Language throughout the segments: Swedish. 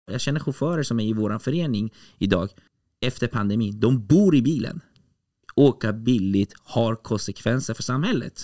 Jag känner chaufförer som är i vår förening idag efter pandemin. De bor i bilen. Åka billigt har konsekvenser för samhället.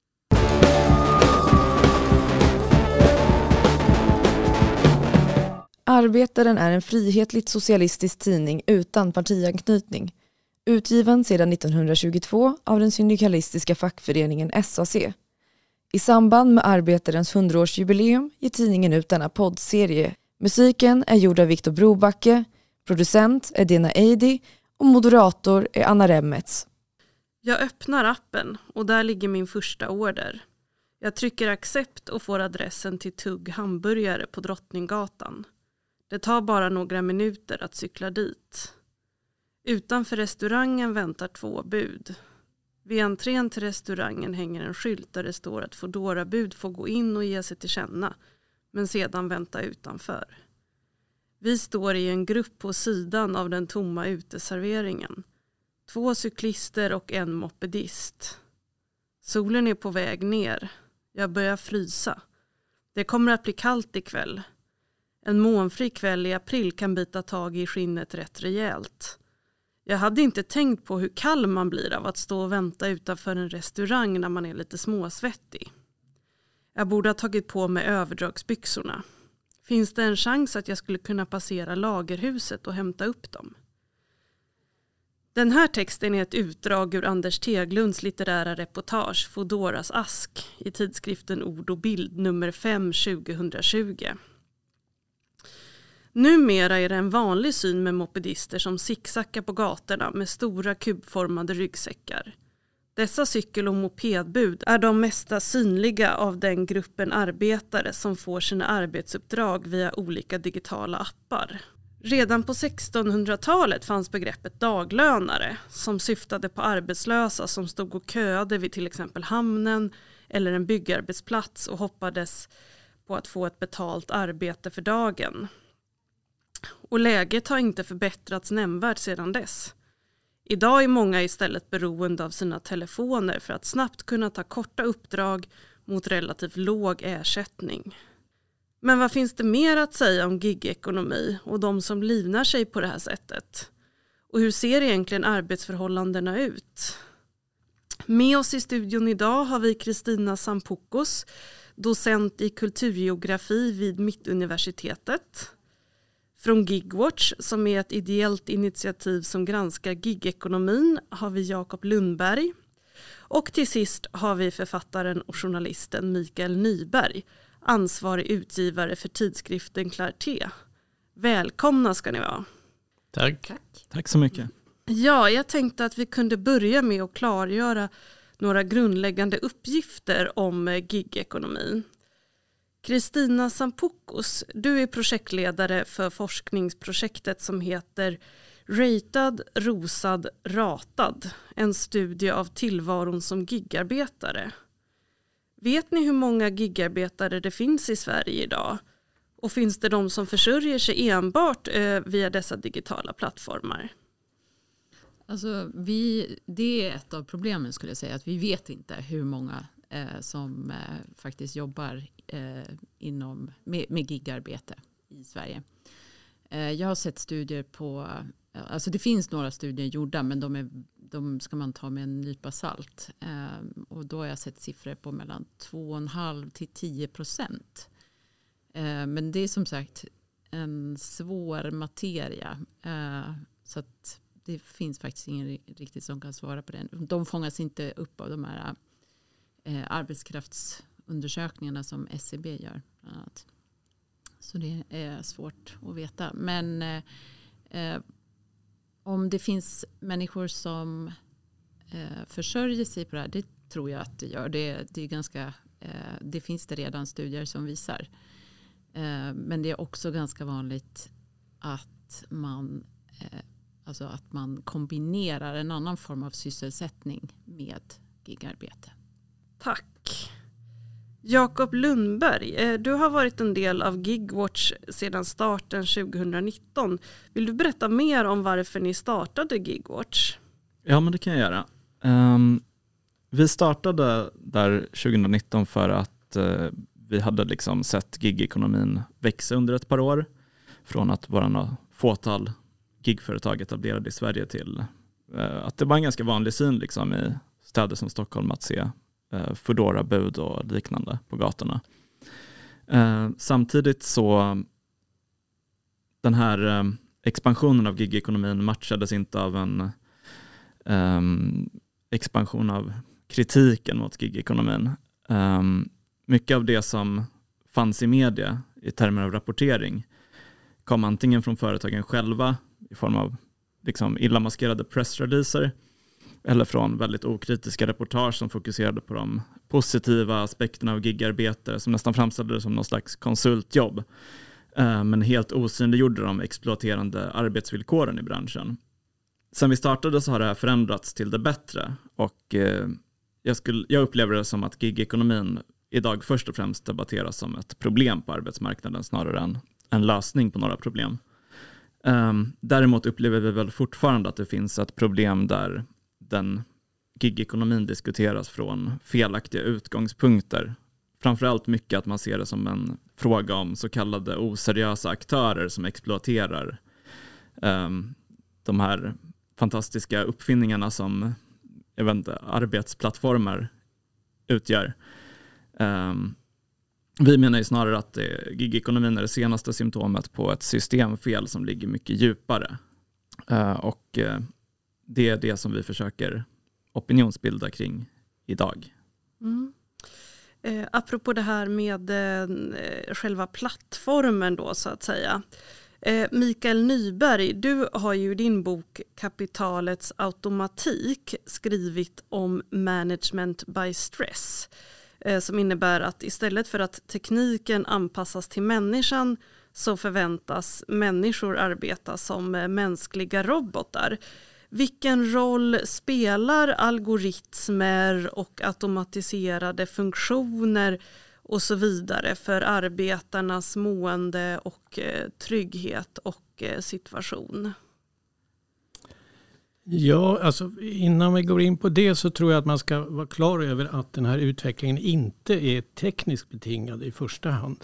Arbetaren är en frihetligt socialistisk tidning utan partianknytning. Utgiven sedan 1922 av den syndikalistiska fackföreningen SAC. I samband med Arbetarens 100-årsjubileum ger tidningen ut denna poddserie. Musiken är gjord av Viktor Brobacke, producent är Dena Eidi och moderator är Anna Remmets. Jag öppnar appen och där ligger min första order. Jag trycker accept och får adressen till Tugg hamburgare på Drottninggatan. Det tar bara några minuter att cykla dit. Utanför restaurangen väntar 2 bud. Vid entrén till restaurangen hänger en skylt där det står att Foodora-bud får gå in och ge sig till känna, men sedan vänta utanför. Vi står i en grupp på sidan av den tomma uteserveringen. 2 cyklister och en mopedist. Solen är på väg ner. Jag börjar frysa. Det kommer att bli kallt ikväll. En månfri kväll i april kan bita tag i skinnet rätt rejält. Jag hade inte tänkt på hur kall man blir av att stå och vänta utanför en restaurang när man är lite småsvettig. Jag borde ha tagit på mig överdragsbyxorna. Finns det en chans att jag skulle kunna passera lagerhuset och hämta upp dem? Den här texten är ett utdrag ur Anders Teglunds litterära reportage Foodoras ask i tidskriften Ord och bild nummer 5 2020. Numera är det en vanlig syn med mopedister som zigzackar på gatorna med stora kubformade ryggsäckar. Dessa cykel- och mopedbud är de mesta synliga av den gruppen arbetare som får sina arbetsuppdrag via olika digitala appar. Redan på 1600-talet fanns begreppet daglönare som syftade på arbetslösa som stod och köade vid till exempel hamnen eller en byggarbetsplats och hoppades på att få ett betalt arbete för dagen. Och läget har inte förbättrats nämnvärt sedan dess. Idag är många istället beroende av sina telefoner för att snabbt kunna ta korta uppdrag mot relativt låg ersättning. Men vad finns det mer att säga om gigekonomi och de som livnar sig på det här sättet? Och hur ser egentligen arbetsförhållandena ut? Med oss i studion idag har vi Kristina Sampukos, docent i kulturgeografi vid Mittuniversitetet. Från Gigwatch, som är ett ideellt initiativ som granskar gigekonomin, har vi Jakob Lundberg. Och till sist har vi författaren och journalisten Mikael Nyberg, ansvarig utgivare för tidskriften Clarté. Välkomna ska ni vara. Tack så mycket. Ja, jag tänkte att vi kunde börja med att klargöra några grundläggande uppgifter om gigekonomin. Kristina Sampukos, du är projektledare för forskningsprojektet som heter Ratad, rosad, ratad. En studie av tillvaron som gigarbetare. Vet ni hur många gigarbetare det finns i Sverige idag? Och finns det de som försörjer sig enbart via dessa digitala plattformar? Alltså det är ett av problemen skulle jag säga. Att vi vet inte hur många som faktiskt jobbar med gigarbete i Sverige. Jag har sett studier på, alltså det finns några studier gjorda men de ska man ta med en nypa salt. Och då har jag sett siffror på mellan 2,5 till 10%. Men det är som sagt en svår materia. Så att det finns faktiskt ingen riktigt som kan svara på det. De fångas inte upp av de här arbetskraftsundersökningarna som SCB gör. Bland annat. Så det är svårt att veta. Men om det finns människor som försörjer sig på det här, det tror jag att det gör. Det är ganska, det finns det redan studier som visar. Men det är också ganska vanligt att man kombinerar en annan form av sysselsättning med gigarbete. Tack. Jakob Lundberg, du har varit en del av Gigwatch sedan starten 2019. Vill du berätta mer om varför ni startade Gigwatch? Ja, men det kan jag göra. Vi startade där 2019 för att vi hade liksom sett gigekonomin växa under ett par år. från att vara några fåtal gigföretag etablerade i Sverige till att det var en ganska vanlig syn liksom, i städer som Stockholm att se Foodora-bud och liknande på gatorna. Samtidigt så den här expansionen av gigekonomin matchades inte av en expansion av kritiken mot gigekonomin. Mycket av det som fanns i media i termer av rapportering kom antingen från företagen själva i form av liksom illamaskerade pressreleaser eller från väldigt okritiska reportage som fokuserade på de positiva aspekterna av gigarbete som nästan framställde det som någon slags konsultjobb. Men helt osynliggjorde de exploaterande arbetsvillkoren i branschen. Sen vi startade så har det här förändrats till det bättre och jag upplever det som att gigekonomin idag först och främst debatteras som ett problem på arbetsmarknaden snarare än en lösning på några problem. Däremot upplever vi väl fortfarande att det finns ett problem där den gigekonomin diskuteras från felaktiga utgångspunkter. Framförallt mycket att man ser det som en fråga om så kallade oseriösa aktörer som exploaterar de här fantastiska uppfinningarna som arbetsplattformar utgör. Vi menar ju snarare att gigekonomin är det senaste symptomet på ett systemfel som ligger mycket djupare. Och det är det som vi försöker opinionsbilda kring idag. Apropå det här med själva plattformen då så att säga. Mikael Nyberg, du har ju i din bok Kapitalets automatik skrivit om management by stress. Som innebär att istället för att tekniken anpassas till människan så förväntas människor arbeta som mänskliga robotar. Vilken roll spelar algoritmer och automatiserade funktioner och så vidare för arbetarnas mående och trygghet och situation? Ja, alltså innan vi går in på det så tror jag att man ska vara klar över att den här utvecklingen inte är tekniskt betingad i första hand.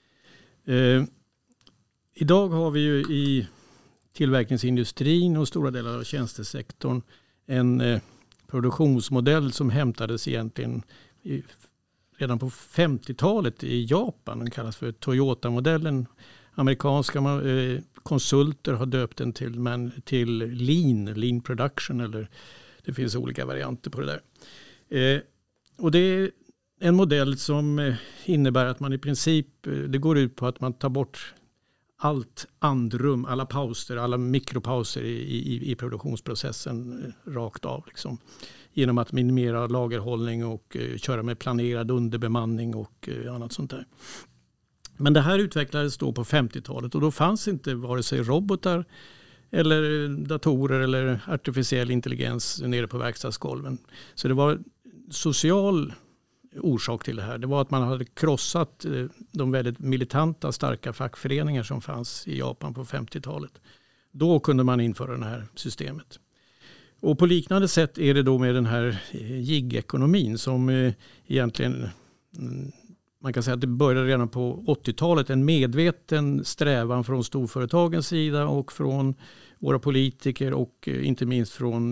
Idag har vi ju i tillverkningsindustrin och stora delar av tjänstesektorn en produktionsmodell som hämtades egentligen redan på 50-talet i Japan. Den kallas för Toyota-modellen. Amerikanska konsulter har döpt den till lean production, eller det finns olika varianter på det där. Och det är en modell som innebär att man i princip, det går ut på att man tar bort allt andrum, alla pauser, alla mikropauser i produktionsprocessen rakt av. Liksom. Genom att minimera lagerhållning och köra med planerad underbemanning och annat sånt där. Men det här utvecklades då på 50-talet och då fanns inte vare sig robotar eller datorer eller artificiell intelligens nere på verkstadsgolven. Så det var social orsak till det här. Det var att man hade krossat de väldigt militanta starka fackföreningar som fanns i Japan på 50-talet. Då kunde man införa det här systemet. Och på liknande sätt är det då med den här gig-ekonomin som egentligen, man kan säga att det började redan på 80-talet, en medveten strävan från storföretagens sida och från våra politiker och inte minst från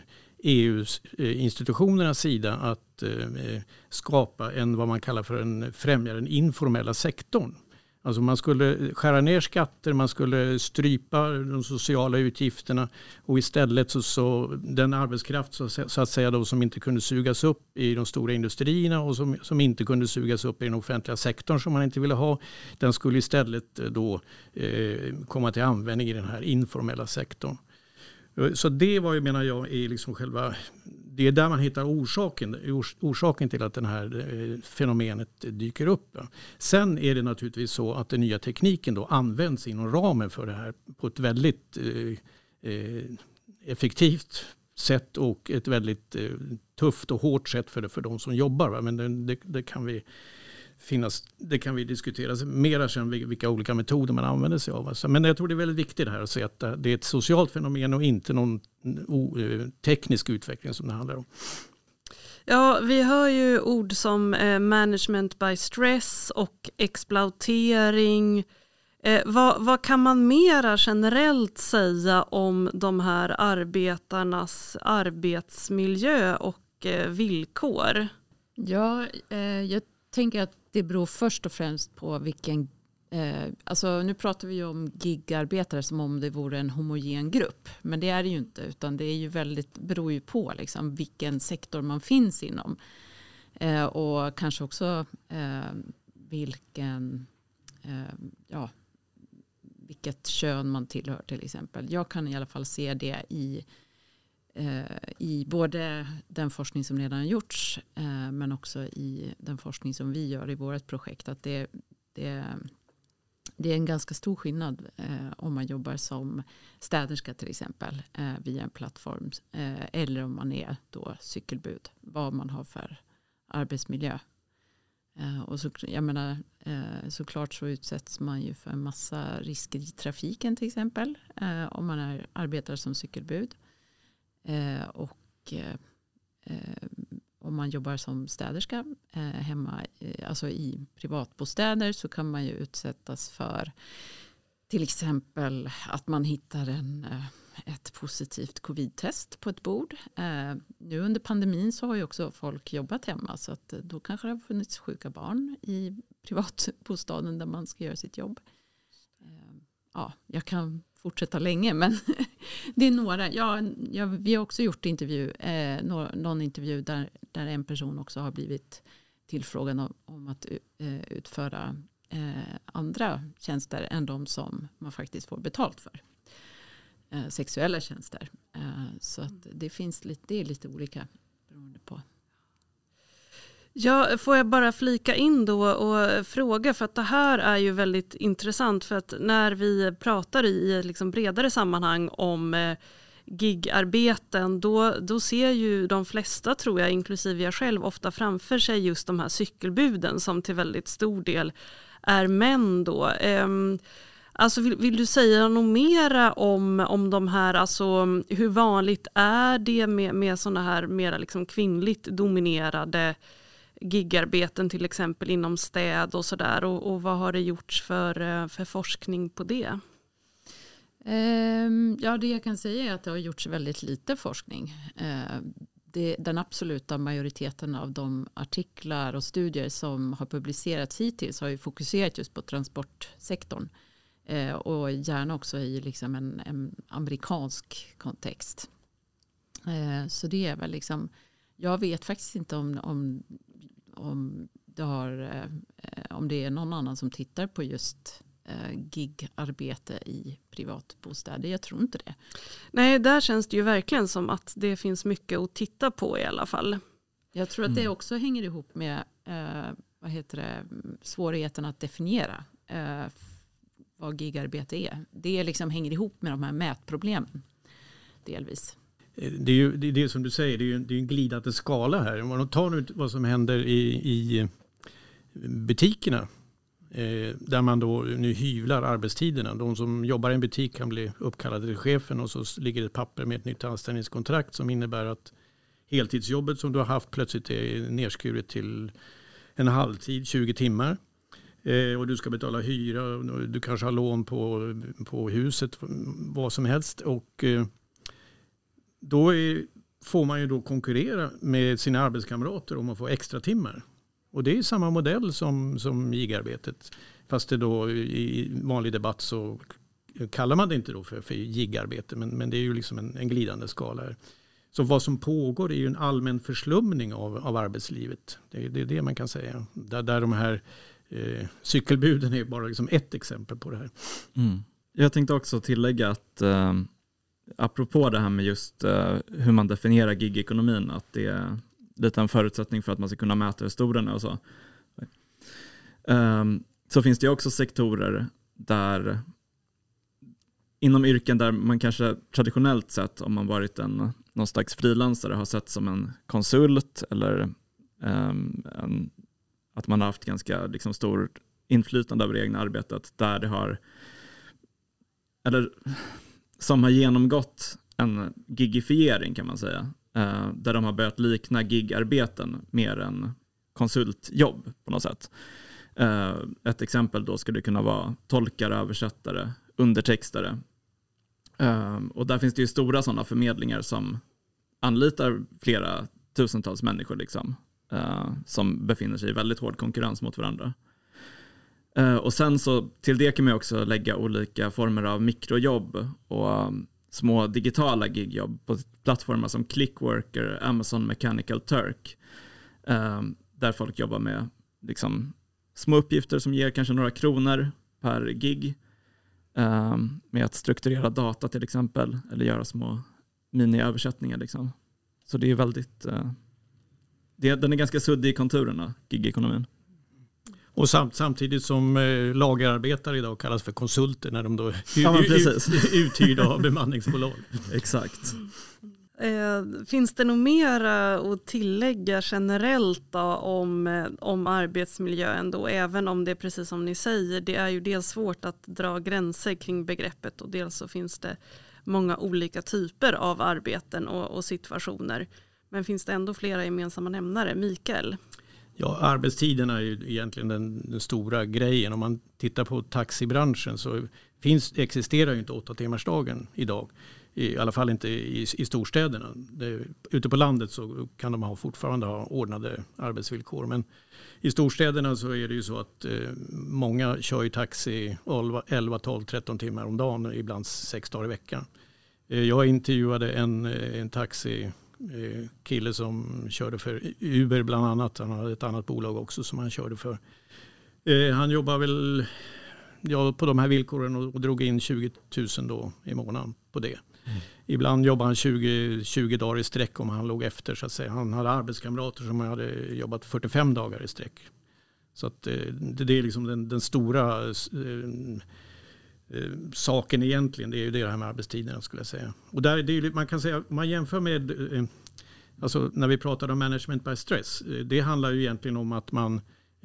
EU-institutionernas sida att skapa vad man kallar för främja den informella sektorn. Alltså man skulle skära ner skatter, man skulle strypa de sociala utgifterna och istället så den arbetskraft så att säga då, som inte kunde sugas upp i de stora industrierna och som inte kunde sugas upp i den offentliga sektorn som man inte ville ha, den skulle istället då komma till användning i den här informella sektorn. Så det var ju, menar jag, är liksom det är där man hittar orsaken till att den här fenomenet dyker upp. Sen är det naturligtvis så att den nya tekniken då används inom ramen för det här på ett väldigt effektivt sätt och ett väldigt tufft och hårt sätt för de som jobbar. Va? Men det kan vi diskutera mera sen vilka olika metoder man använder sig av. Men jag tror det är väldigt viktigt här att se att det är ett socialt fenomen och inte någon teknisk utveckling som det handlar om. Ja, vi hör ju ord som management by stress och exploatering. Vad kan man mera generellt säga om de här arbetarnas arbetsmiljö och villkor? Ja, jag tänker att det beror först och främst på vilken... alltså nu pratar vi ju om gigarbetare som om det vore en homogen grupp. Men det är det ju inte, utan det är ju beror ju på liksom, vilken sektor man finns inom. Och kanske också vilket kön man tillhör till exempel. Jag kan i alla fall se det i både den forskning som redan har gjorts men också i den forskning som vi gör i vårt projekt, att det är en ganska stor skillnad om man jobbar som städerska till exempel via en plattform eller om man är då cykelbud, vad man har för arbetsmiljö. Och så, jag menar, såklart så utsätts man ju för en massa risker i trafiken till exempel om man arbetar som cykelbud. Och om man jobbar som städerska hemma, alltså i privatbostäder, så kan man ju utsättas för till exempel att man hittar ett positivt covid-test på ett bord. Nu under pandemin så har ju också folk jobbat hemma, så att då kanske det har funnits sjuka barn i privatbostaden där man ska göra sitt jobb. Ja, jag kan fortsätta länge, men det är några. Vi har också gjort någon intervju där en person också har blivit tillfrågad om att utföra andra tjänster än de som man faktiskt får betalt för. Sexuella tjänster. Så att det är lite olika beroende på. Ja, får jag bara flika in då och fråga, för att det här är ju väldigt intressant, för att när vi pratar i liksom bredare sammanhang om gigarbeten, då ser ju de flesta, tror jag, inklusive jag själv, ofta framför sig just de här cykelbuden som till väldigt stor del är män då. Alltså vill du säga något mera om de här, alltså hur vanligt är det med sådana här mera liksom kvinnligt dominerade gigarbeten, till exempel inom städ och sådär, och vad har det gjorts för forskning på det? Ja, det jag kan säga är att det har gjorts väldigt lite forskning. Den absoluta majoriteten av de artiklar och studier som har publicerats hittills har ju fokuserat just på transportsektorn. Och gärna också i liksom en amerikansk kontext. Så det är väl liksom, jag vet faktiskt inte om det är någon annan som tittar på just gigarbete i privatbostäder. Jag tror inte det. Nej, där känns det ju verkligen som att det finns mycket att titta på i alla fall. Jag tror att det också hänger ihop med svårigheten att definiera vad gigarbete är. Det liksom hänger ihop med de här mätproblemen delvis. Det är ju som du säger, det är en glidande skala här. Om man tar nu vad som händer i butikerna där man då nu hyvlar arbetstiderna. De som jobbar i en butik kan bli uppkallade till chefen och så ligger ett papper med ett nytt anställningskontrakt som innebär att heltidsjobbet som du har haft plötsligt är nedskuret till en halvtid, 20 timmar. Och du ska betala hyra och du kanske har lån på huset, vad som helst. Och då får man ju då konkurrera med sina arbetskamrater om att få extra timmar. Och det är samma modell som gigarbetet. Fast det då i vanlig debatt så kallar man det inte då för gigarbete. Men det är ju liksom en glidande skala här. Så vad som pågår är ju en allmän förslumning av arbetslivet. Det är det man kan säga. Där de här cykelbuden är bara liksom ett exempel på det här. Mm. Jag tänkte också tillägga att apropå det här med just hur man definierar gigekonomin, att det är lite en förutsättning för att man ska kunna mäta hur stor den är och så. Så finns det också sektorer där inom yrken där man kanske traditionellt sett, om man varit någon slags frilansare, har sett som en konsult eller att man har haft ganska liksom stor inflytande över det egna arbetet, där det har, eller som har genomgått en gigifiering kan man säga, där de har börjat likna gigarbeten mer än konsultjobb på något sätt. Ett exempel då skulle kunna vara tolkare, översättare, undertextare. Och där finns det ju stora sådana förmedlingar som anlitar flera tusentals människor liksom, som befinner sig i väldigt hård konkurrens mot varandra. Och sen så till det kan man också lägga olika former av mikrojobb och små digitala gigjobb på plattformar som Clickworker, Amazon Mechanical Turk, där folk jobbar med liksom små uppgifter som ger kanske några kronor per gig, med att strukturera data till exempel, eller göra små mini-översättningar liksom. Så det är väldigt den är ganska suddig i konturerna, gigekonomin. Och samtidigt som lagerarbetare idag kallas för konsulter när de då uthyrda av bemanningsbolag. Exakt. Finns det något mer att tillägga generellt då om arbetsmiljön då, även om det är precis som ni säger, det är ju dels svårt att dra gränser kring begreppet och dels så finns det många olika typer av arbeten och situationer. Men finns det ändå flera gemensamma nämnare? Mikael? Ja, arbetstiderna är ju egentligen den stora grejen. Om man tittar på taxibranschen så existerar ju inte 8-timmarsdagen idag. I alla fall inte i storstäderna. Ute på landet så kan de fortfarande ha ordnade arbetsvillkor. Men i storstäderna så är det ju så att många kör ju taxi 11, 12, 13 timmar om dagen. Ibland 6 dagar i veckan. Jag intervjuade en taxikille som körde för Uber bland annat. Han hade ett annat bolag också som han körde för. Han jobbar väl på de här villkoren och drog in 20 000 då i månaden på det. Ibland jobbade han 20 dagar i sträck om han låg efter så att säga. Han hade arbetskamrater som hade jobbat 45 dagar i sträck. Så att det är liksom den stora saken egentligen. Det är ju det här med arbetstiderna skulle jag säga. Och där det är, man kan säga, om man jämför med alltså när vi pratar om management by stress. Det handlar ju egentligen om att man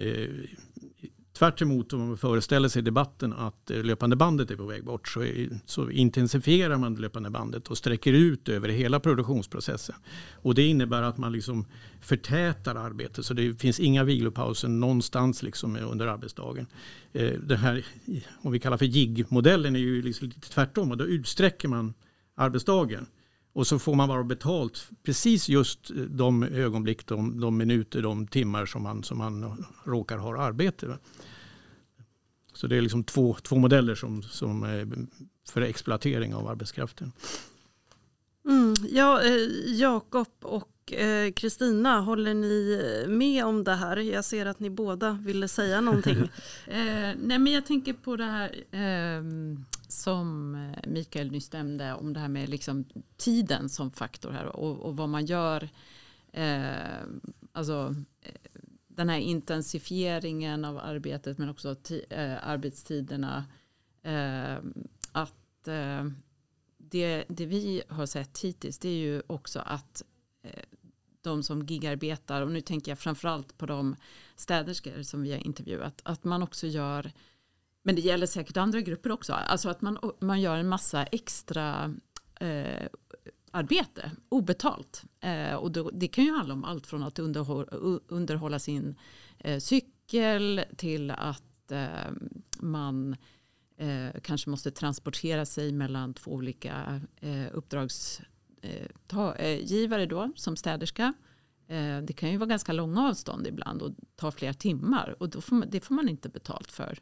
tvärt emot om man föreställer sig debatten att löpande bandet är på väg bort så intensifierar man löpande bandet och sträcker ut över hela produktionsprocessen. Och det innebär att man liksom förtätar arbetet så det finns inga vilopauser någonstans liksom under arbetsdagen. Det här, om vi kallar för gig-modellen, är ju liksom lite tvärtom och då utsträcker man arbetsdagen. Och så får man bara betalt precis just de ögonblick, de minuter, de timmar som man råkar ha arbete. Så det är liksom två modeller som för exploatering av arbetskraften. Ja, Jakob och Kristina, håller ni med om det här? Jag ser att ni båda ville säga någonting. Nej, men jag tänker på det här som Mikael nyss nämnde om det här med liksom tiden som faktor här och vad man gör. Alltså den här intensifieringen av arbetet men också arbetstiderna. Att det vi har sett hittills det är ju också att de som gigarbetar, och nu tänker jag framförallt på de städerskor som vi har intervjuat, att man också gör, men det gäller säkert andra grupper också, alltså att man gör en massa extra arbete, obetalt. Och det kan ju handla om allt från att underhålla sin cykel till att man kanske måste transportera sig mellan 2 olika uppdragsgivare då, som städerska. Det kan ju vara ganska långa avstånd ibland och ta flera timmar och det får man inte betalt för.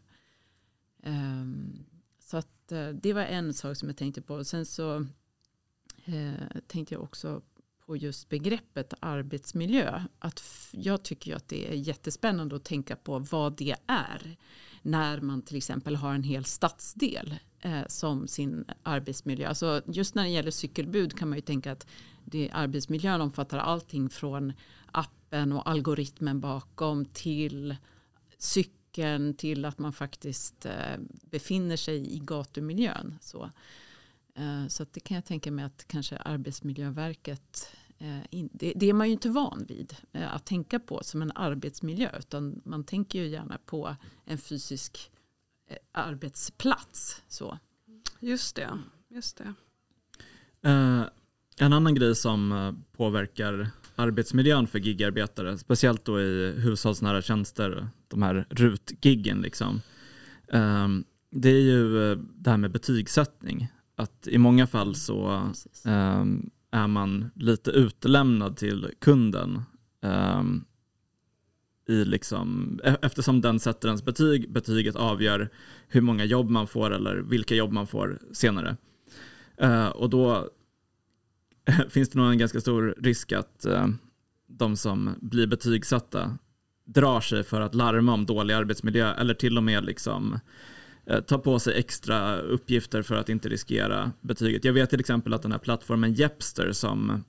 Så att det var en sak som jag tänkte på. Sen så tänkte jag också på just begreppet arbetsmiljö. Att jag tycker ju att det är jättespännande att tänka på vad det är när man till exempel har en hel stadsdel som sin arbetsmiljö. Alltså just när det gäller cykelbud kan man ju tänka att arbetsmiljön omfattar allting från appen och algoritmen bakom till cykeln till att man faktiskt befinner sig i gatumiljön. Så att det kan jag tänka mig att kanske Arbetsmiljöverket, det är man ju inte van vid att tänka på som en arbetsmiljö, utan man tänker ju gärna på en fysisk arbetsplats. Så. Just det. En annan grej som påverkar arbetsmiljön för gigarbetare, speciellt då i hushållsnära tjänster, de här RUT-giggen liksom. Det är ju det här med betygssättning. Att i många fall så är man lite utlämnad till kunden i liksom, eftersom den sätter ens betyget avgör hur många jobb man får eller vilka jobb man får senare. Och då finns det nog en ganska stor risk att de som blir betygsatta drar sig för att larma om dålig arbetsmiljö eller till och med liksom ta på sig extra uppgifter för att inte riskera betyget. Jag vet till exempel att den här plattformen Jepster som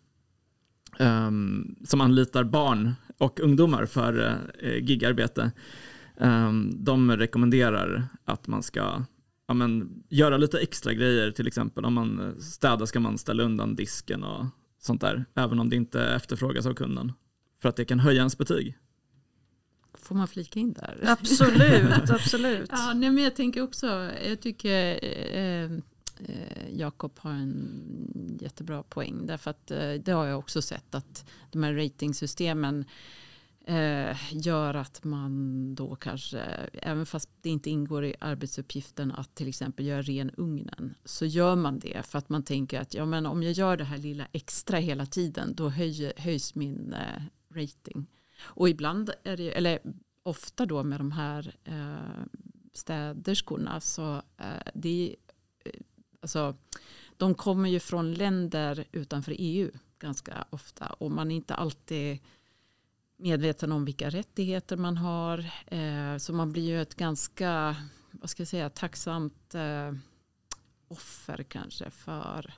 anlitar barn och ungdomar för gigarbete, de rekommenderar att man ska göra lite extra grejer. Till exempel om man städar ska man ställa undan disken och sånt där, även om det inte efterfrågas av kunden, för att det kan höja ens betyg. Får man flika in där? Absolut, absolut. Ja, nej, men jag tänker också, jag tycker Jakob har en jättebra poäng, därför att det har jag också sett att de här ratingsystemen gör att man då kanske, även fast det inte ingår i arbetsuppgiften att till exempel göra ren ugnen, så gör man det för att man tänker att men om jag gör det här lilla extra hela tiden, då höjs min rating. Och ibland är det, eller ofta då med de här städerskorna, så alltså, de kommer ju från länder utanför EU ganska ofta, och man är inte alltid medveten om vilka rättigheter man har, så man blir ju ett ganska, vad ska jag säga, tacksamt offer kanske för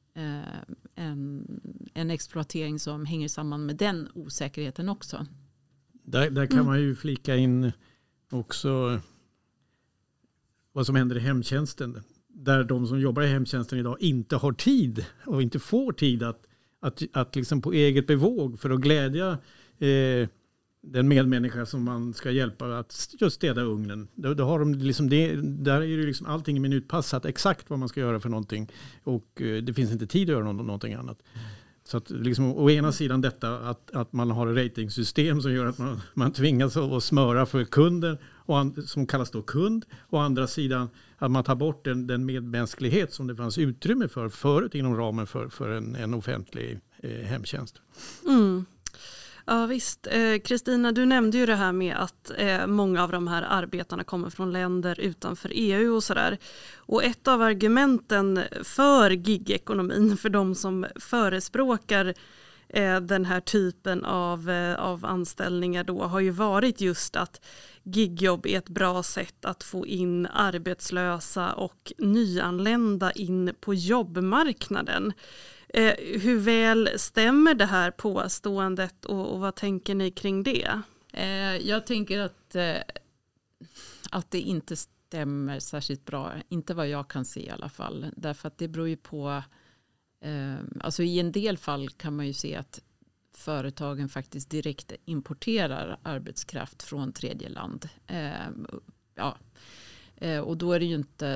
en exploatering som hänger samman med den osäkerheten också. Där kan man ju flika in också vad som händer i hemtjänsten. Där de som jobbar i hemtjänsten idag inte har tid och inte får tid att liksom på eget bevåg för att glädja den medmänniska som man ska hjälpa att just städa ugnen. Då har de liksom där är det liksom allting minutpassat exakt vad man ska göra för någonting, och det finns inte tid att göra någonting annat. Så att liksom, å ena sidan detta att man har ett ratingsystem som gör att man tvingas att smöra för kunden, som kallas då kund. Å andra sidan att man tar bort den medmänsklighet som det fanns utrymme för förut inom ramen för en offentlig hemtjänst. Mm. Ja visst. Kristina, du nämnde ju det här med att många av de här arbetarna kommer från länder utanför EU och sådär. Och ett av argumenten för gigekonomin, för de som förespråkar den här typen av anställningar då, har ju varit just att gigjobb är ett bra sätt att få in arbetslösa och nyanlända in på jobbmarknaden. Hur väl stämmer det här påståendet och vad tänker ni kring det? Jag tänker att det inte stämmer särskilt bra. Inte vad jag kan se i alla fall. Därför att det beror ju på, alltså i en del fall kan man ju se att företagen faktiskt direkt importerar arbetskraft från tredje land. Och då är det ju inte,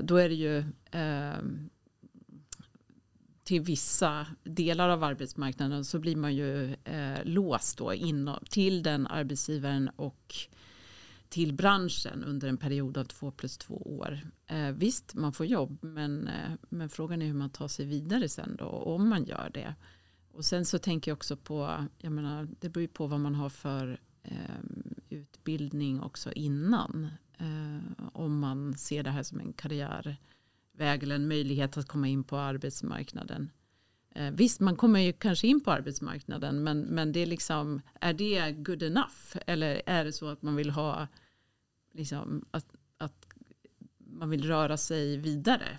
till vissa delar av arbetsmarknaden så blir man ju låst då till den arbetsgivaren och till branschen under en period av 2+2 år. Visst, man får jobb, men frågan är hur man tar sig vidare sen då, om man gör det. Och sen så tänker jag också på, jag menar, det beror ju på vad man har för utbildning också innan. Om man ser det här som en karriärväg eller en möjlighet att komma in på arbetsmarknaden. Visst, man kommer ju kanske in på arbetsmarknaden, men det är liksom, är det good enough? Eller är det så att man vill ha liksom, att man vill röra sig vidare?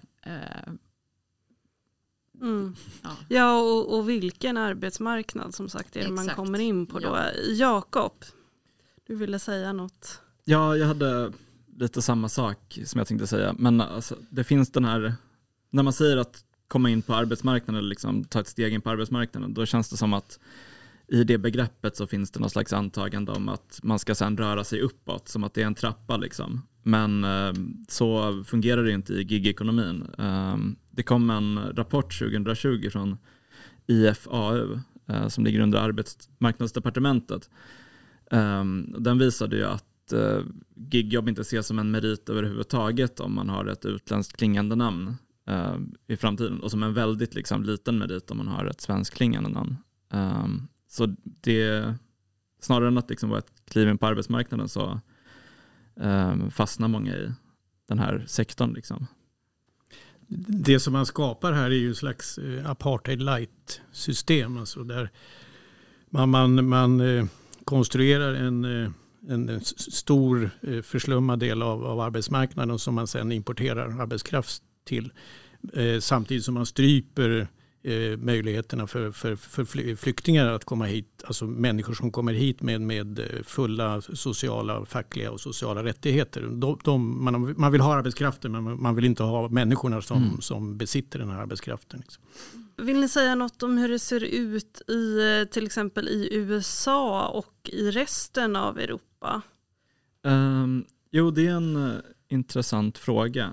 Ja, och vilken arbetsmarknad som sagt är det man kommer in på då. Ja. Jakob, du ville säga något? Ja, jag hade lite samma sak som jag tänkte säga. Men alltså, det finns den här, när man säger att komma in på arbetsmarknaden eller liksom ta ett steg in på arbetsmarknaden, då känns det som att i det begreppet så finns det någon slags antagande om att man ska sedan röra sig uppåt, som att det är en trappa liksom. Men så fungerar det inte i gigekonomin. Det kom en rapport 2020 från IFAU som ligger under arbetsmarknadsdepartementet. Den visade ju att gigjobb inte ses som en merit överhuvudtaget om man har ett utländskt klingande namn i framtiden, och som en väldigt liksom liten merit om man har ett svenskt klingande namn. Så det, snarare än att liksom vara ett kliv in på arbetsmarknaden, så fastnar många i den här sektorn liksom. Det som man skapar här är ju en slags apartheid light-system, alltså där man konstruerar en stor förslummad del av arbetsmarknaden som man sedan importerar arbetskraft till, samtidigt som man stryper möjligheterna för flyktingar att komma hit, alltså människor som kommer hit med fulla sociala, fackliga och sociala rättigheter. Man vill ha arbetskraften, men man vill inte ha människorna som besitter den här arbetskraften. Liksom. Vill ni säga något om hur det ser ut till exempel i USA och i resten av Europa? Jo, det är en intressant fråga.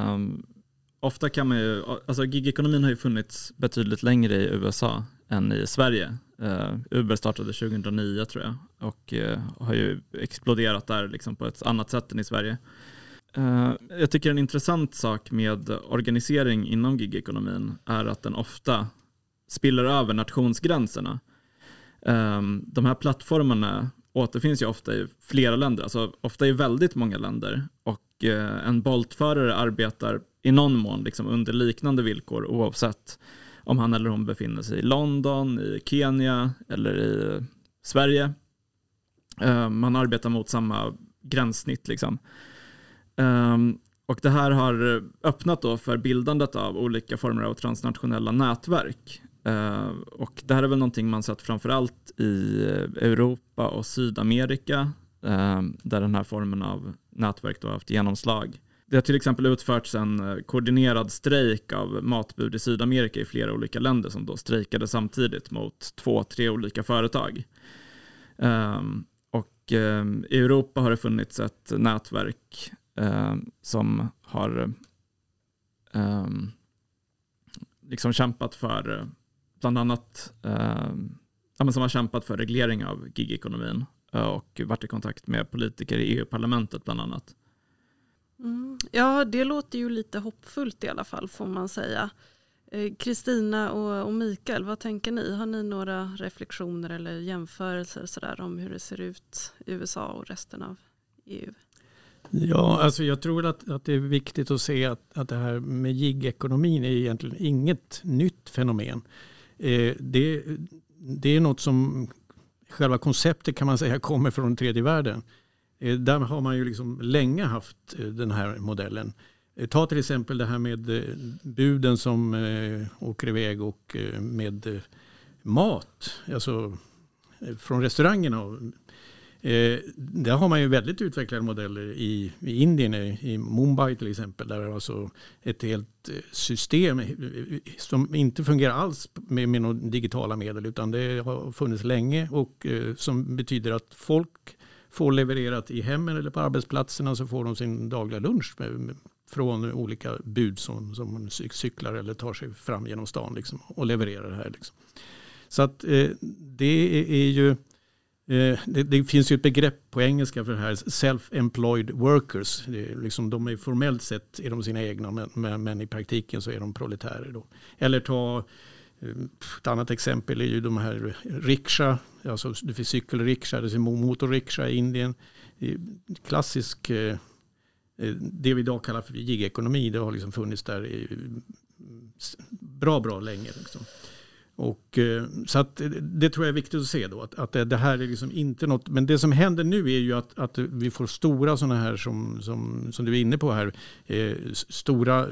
Ofta kan man ju, alltså gigekonomin har ju funnits betydligt längre i USA än i Sverige. Uber startade 2009 tror jag, och har ju exploderat där liksom på ett annat sätt än i Sverige. Jag tycker en intressant sak med organisering inom gigekonomin är att den ofta spiller över nationsgränserna. De här plattformarna återfinns ju ofta i flera länder, alltså ofta i väldigt många länder, och en Bolt-förare arbetar i någon mån liksom under liknande villkor oavsett om han eller hon befinner sig i London, i Kenya eller i Sverige. Man arbetar mot samma gränssnitt liksom. Och det här har öppnat då för bildandet av olika former av transnationella nätverk. Och det här är väl någonting man sett framförallt i Europa och Sydamerika, där den här formen av nätverk då har haft genomslag. Det har till exempel utförts en koordinerad strejk av matbud i Sydamerika i flera olika länder som då strejkade samtidigt mot 2-3 olika företag. Och i Europa har det funnits ett nätverk som har liksom kämpat för bland annat som har kämpat för reglering av gigekonomin och varit i kontakt med politiker i EU-parlamentet bland annat. Ja, det låter ju lite hoppfullt i alla fall får man säga. Kristina och Mikael, vad tänker ni? Har ni några reflektioner eller jämförelser så där om hur det ser ut i USA och resten av EU? Ja, alltså jag tror att det är viktigt att se att det här med gigekonomin är egentligen inget nytt fenomen. Det är något som själva konceptet kan man säga kommer från tredje världen. Där har man ju liksom länge haft den här modellen. Ta till exempel det här med buden som åker iväg och med mat, alltså från restaurangerna. Där har man ju väldigt utvecklade modeller i Indien, i Mumbai till exempel, där det är alltså ett helt system som inte fungerar alls med några digitala medel, utan det har funnits länge och som betyder att folk får levererat i hemmen eller på arbetsplatserna, så får de sin dagliga lunch från olika bud som cyklar eller tar sig fram genom stan liksom, och levererar det här. Liksom. Så att det är ju det finns ju ett begrepp på engelska för det här, self-employed workers. Det är liksom, de är formellt sett är de sina egna, men i praktiken så är de proletärer då. Eller ta ett annat exempel är ju de här rikscha, alltså det finns cykelrikscha, det finns motorrikscha i Indien. Klassisk, det vi idag kallar för gigekonomi, det har liksom funnits där i bra länge liksom. Och så att det tror jag är viktigt att se då, att det här är liksom inte något, men det som händer nu är ju att vi får stora sådana här som du är inne på här, stora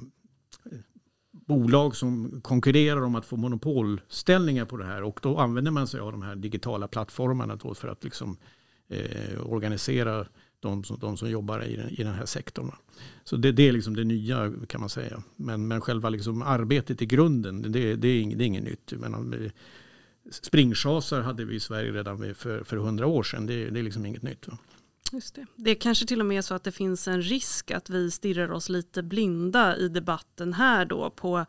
bolag som konkurrerar om att få monopolställningar på det här, och då använder man sig av de här digitala plattformarna då för att liksom organisera de som jobbar i den här sektorn. Så det är liksom det nya kan man säga. Men själva liksom arbetet i grunden, det är inget nytt. Men springchasar hade vi i Sverige redan för 100 år sedan. Det är liksom inget nytt. Va? Just det. Det är kanske till och med så att det finns en risk att vi stirrar oss lite blinda i debatten här då på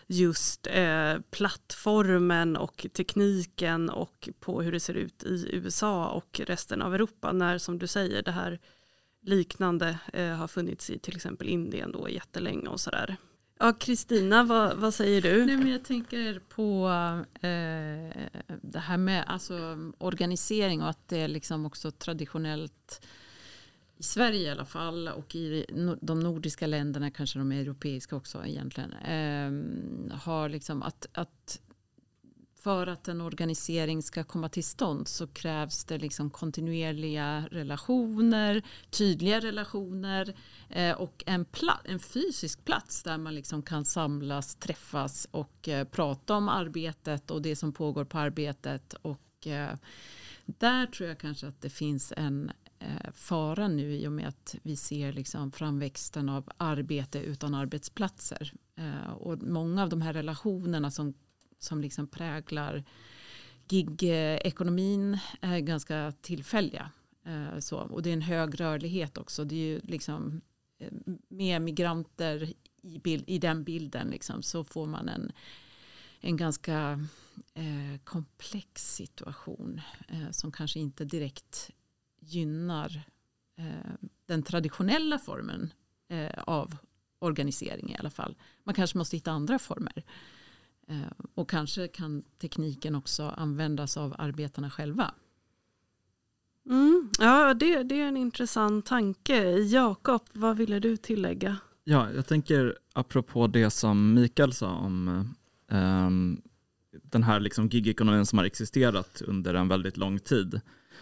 just plattformen och tekniken och på hur det ser ut i USA och resten av Europa, när som du säger det här liknande har funnits i till exempel Indien då jättelänge och sådär. Ja, Kristina, vad säger du? Nej, men jag tänker på det här med alltså, organisering och att det är liksom också traditionellt i Sverige i alla fall och i de nordiska länderna, kanske de europeiska också egentligen, har liksom att för att en organisering ska komma till stånd så krävs det liksom kontinuerliga relationer, tydliga relationer och en fysisk plats där man liksom kan samlas, träffas och prata om arbetet och det som pågår på arbetet. Och där tror jag kanske att det finns en fara nu i och med att vi ser liksom framväxten av arbete utan arbetsplatser. Och många av de här relationerna som liksom präglar gig-ekonomin är ganska tillfälliga. Så. Och det är en hög rörlighet också. Det är ju liksom med migranter i den bilden liksom, så får man en ganska komplex situation som kanske inte direkt gynnar den traditionella formen av organisering i alla fall. Man kanske måste hitta andra former. Och kanske kan tekniken också användas av arbetarna själva. Ja, det är en intressant tanke. Jakob, vad ville du tillägga? Ja, jag tänker apropå det som Mikael sa om den här liksom gig-ekonomin som har existerat under en väldigt lång tid.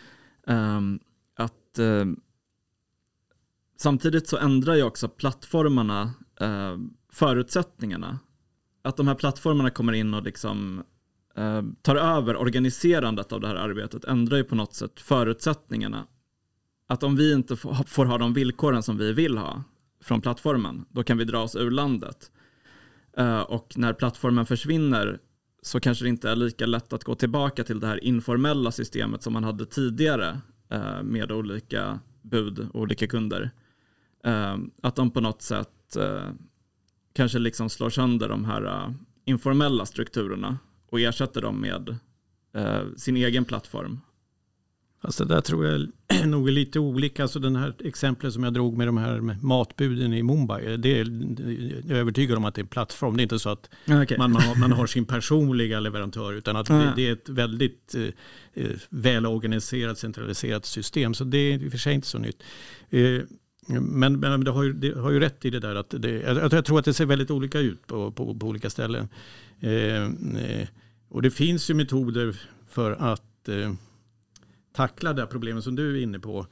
Att samtidigt så ändrar ju också plattformarna förutsättningarna. Att de här plattformarna kommer in och liksom tar över organiserandet av det här arbetet ändrar ju på något sätt förutsättningarna. Att om vi inte får ha de villkoren som vi vill ha från plattformen, då kan vi dra oss ur landet. Och när plattformen försvinner så kanske det inte är lika lätt att gå tillbaka till det här informella systemet som man hade tidigare med olika bud och olika kunder. Att de på något sätt kanske liksom slår sönder de här informella strukturerna och ersätter dem med sin egen plattform. Fast det där tror jag nog är lite olika. Alltså den här exemplet som jag drog med de här matbuden i Mumbai, jag är övertygad om att det är en plattform. Det är inte så att man har sin personliga leverantör, utan att det är ett väldigt välorganiserat, centraliserat system. Så det är i och för sig inte så nytt. Men det har ju rätt i det där att jag tror att det ser väldigt olika ut på olika ställen. Och det finns ju metoder för att tackla det här problemet som du är inne på.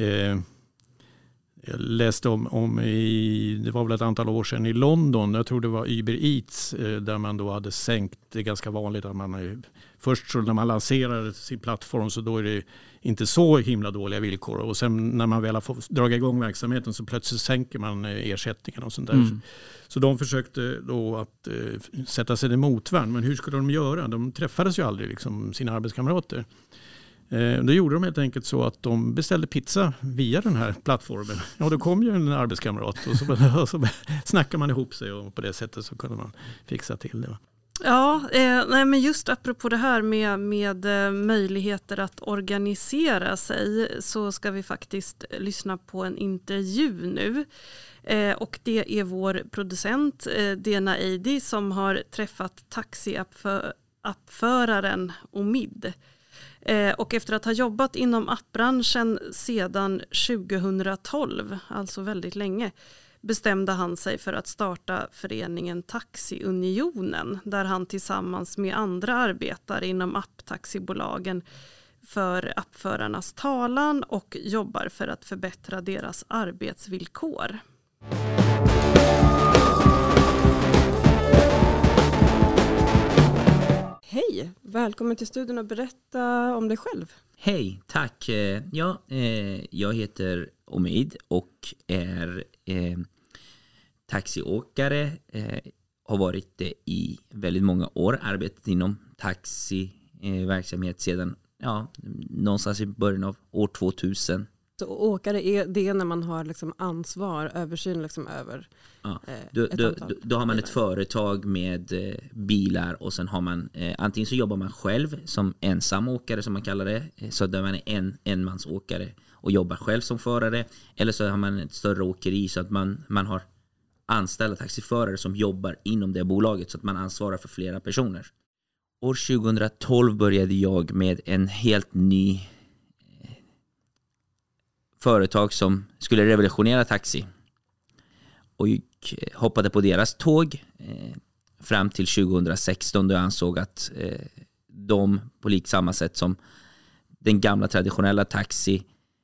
Jag läste om det var väl ett antal år sedan i London, jag tror det var Uber Eats, där man då hade sänkt, det är ganska vanligt att man först så när man lanserar sin plattform så då är det inte så himla dåliga villkor, och sen när man väl har fått dra igång verksamheten så plötsligt sänker man ersättningen och sånt där. Så de försökte då att sätta sig i motvärn, men hur skulle de göra? De träffades ju aldrig liksom sina arbetskamrater. Då gjorde de helt enkelt så att de beställde pizza via den här plattformen. Ja, då kom ju en arbetskamrat och så snackade man ihop sig, och på det sättet så kunde man fixa till det. Ja, men just apropå det här med möjligheter att organisera sig, så ska vi faktiskt lyssna på en intervju nu. Och det är vår producent Dena Eidi som har träffat taxiappföraren Omid. Och efter att ha jobbat inom appbranschen sedan 2012, alltså väldigt länge, bestämde han sig för att starta föreningen Taxiunionen, där han tillsammans med andra arbetare inom apptaxibolagen för appförarnas talan och jobbar för att förbättra deras arbetsvillkor. Hej, välkommen till studion och berätta om dig själv. Hej, tack. Jag heter Omid och är taxiåkare. Har varit det i väldigt många år. Arbetat inom taxiverksamhet sedan någonstans i början av år 2000. Så åkare är det när man har liksom ansvar, översyn liksom över då har man ett företag med bilar och sen har man antingen så jobbar man själv som ensam åkare som man kallar det, så där man är enmansåkare och jobbar själv som förare, eller så har man ett större åkeri så att man har anställda taxiförare som jobbar inom det bolaget så att man ansvarar för flera personer. År 2012 började jag med en helt ny företag som skulle revolutionera taxi och hoppade på deras tåg fram till 2016 då jag ansåg att de på lik samma sätt som den gamla traditionella taxi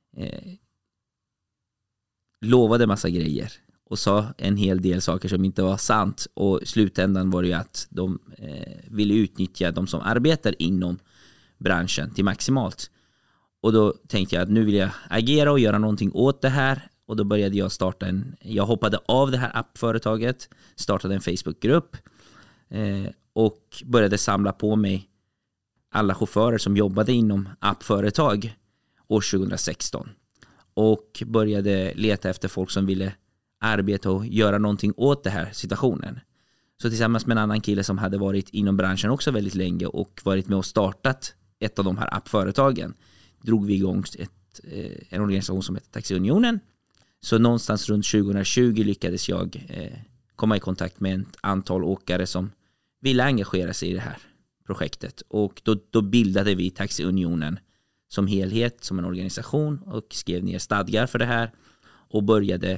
lovade massa grejer och sa en hel del saker som inte var sant, och i slutändan var det ju att de ville utnyttja de som arbetar inom branschen till maximalt. Och då tänkte jag att nu vill jag agera och göra någonting åt det här, och då började jag jag hoppade av det här appföretaget, startade en Facebookgrupp och började samla på mig alla chaufförer som jobbade inom appföretag år 2016 och började leta efter folk som ville arbeta och göra någonting åt den här situationen. Så tillsammans med en annan kille som hade varit inom branschen också väldigt länge och varit med och startat ett av de här appföretagen drog vi igång en organisation som heter Taxiunionen. Så någonstans runt 2020 lyckades jag komma i kontakt med ett antal åkare som ville engagera sig i det här projektet. Och då bildade vi Taxiunionen som helhet, som en organisation, och skrev ner stadgar för det här och började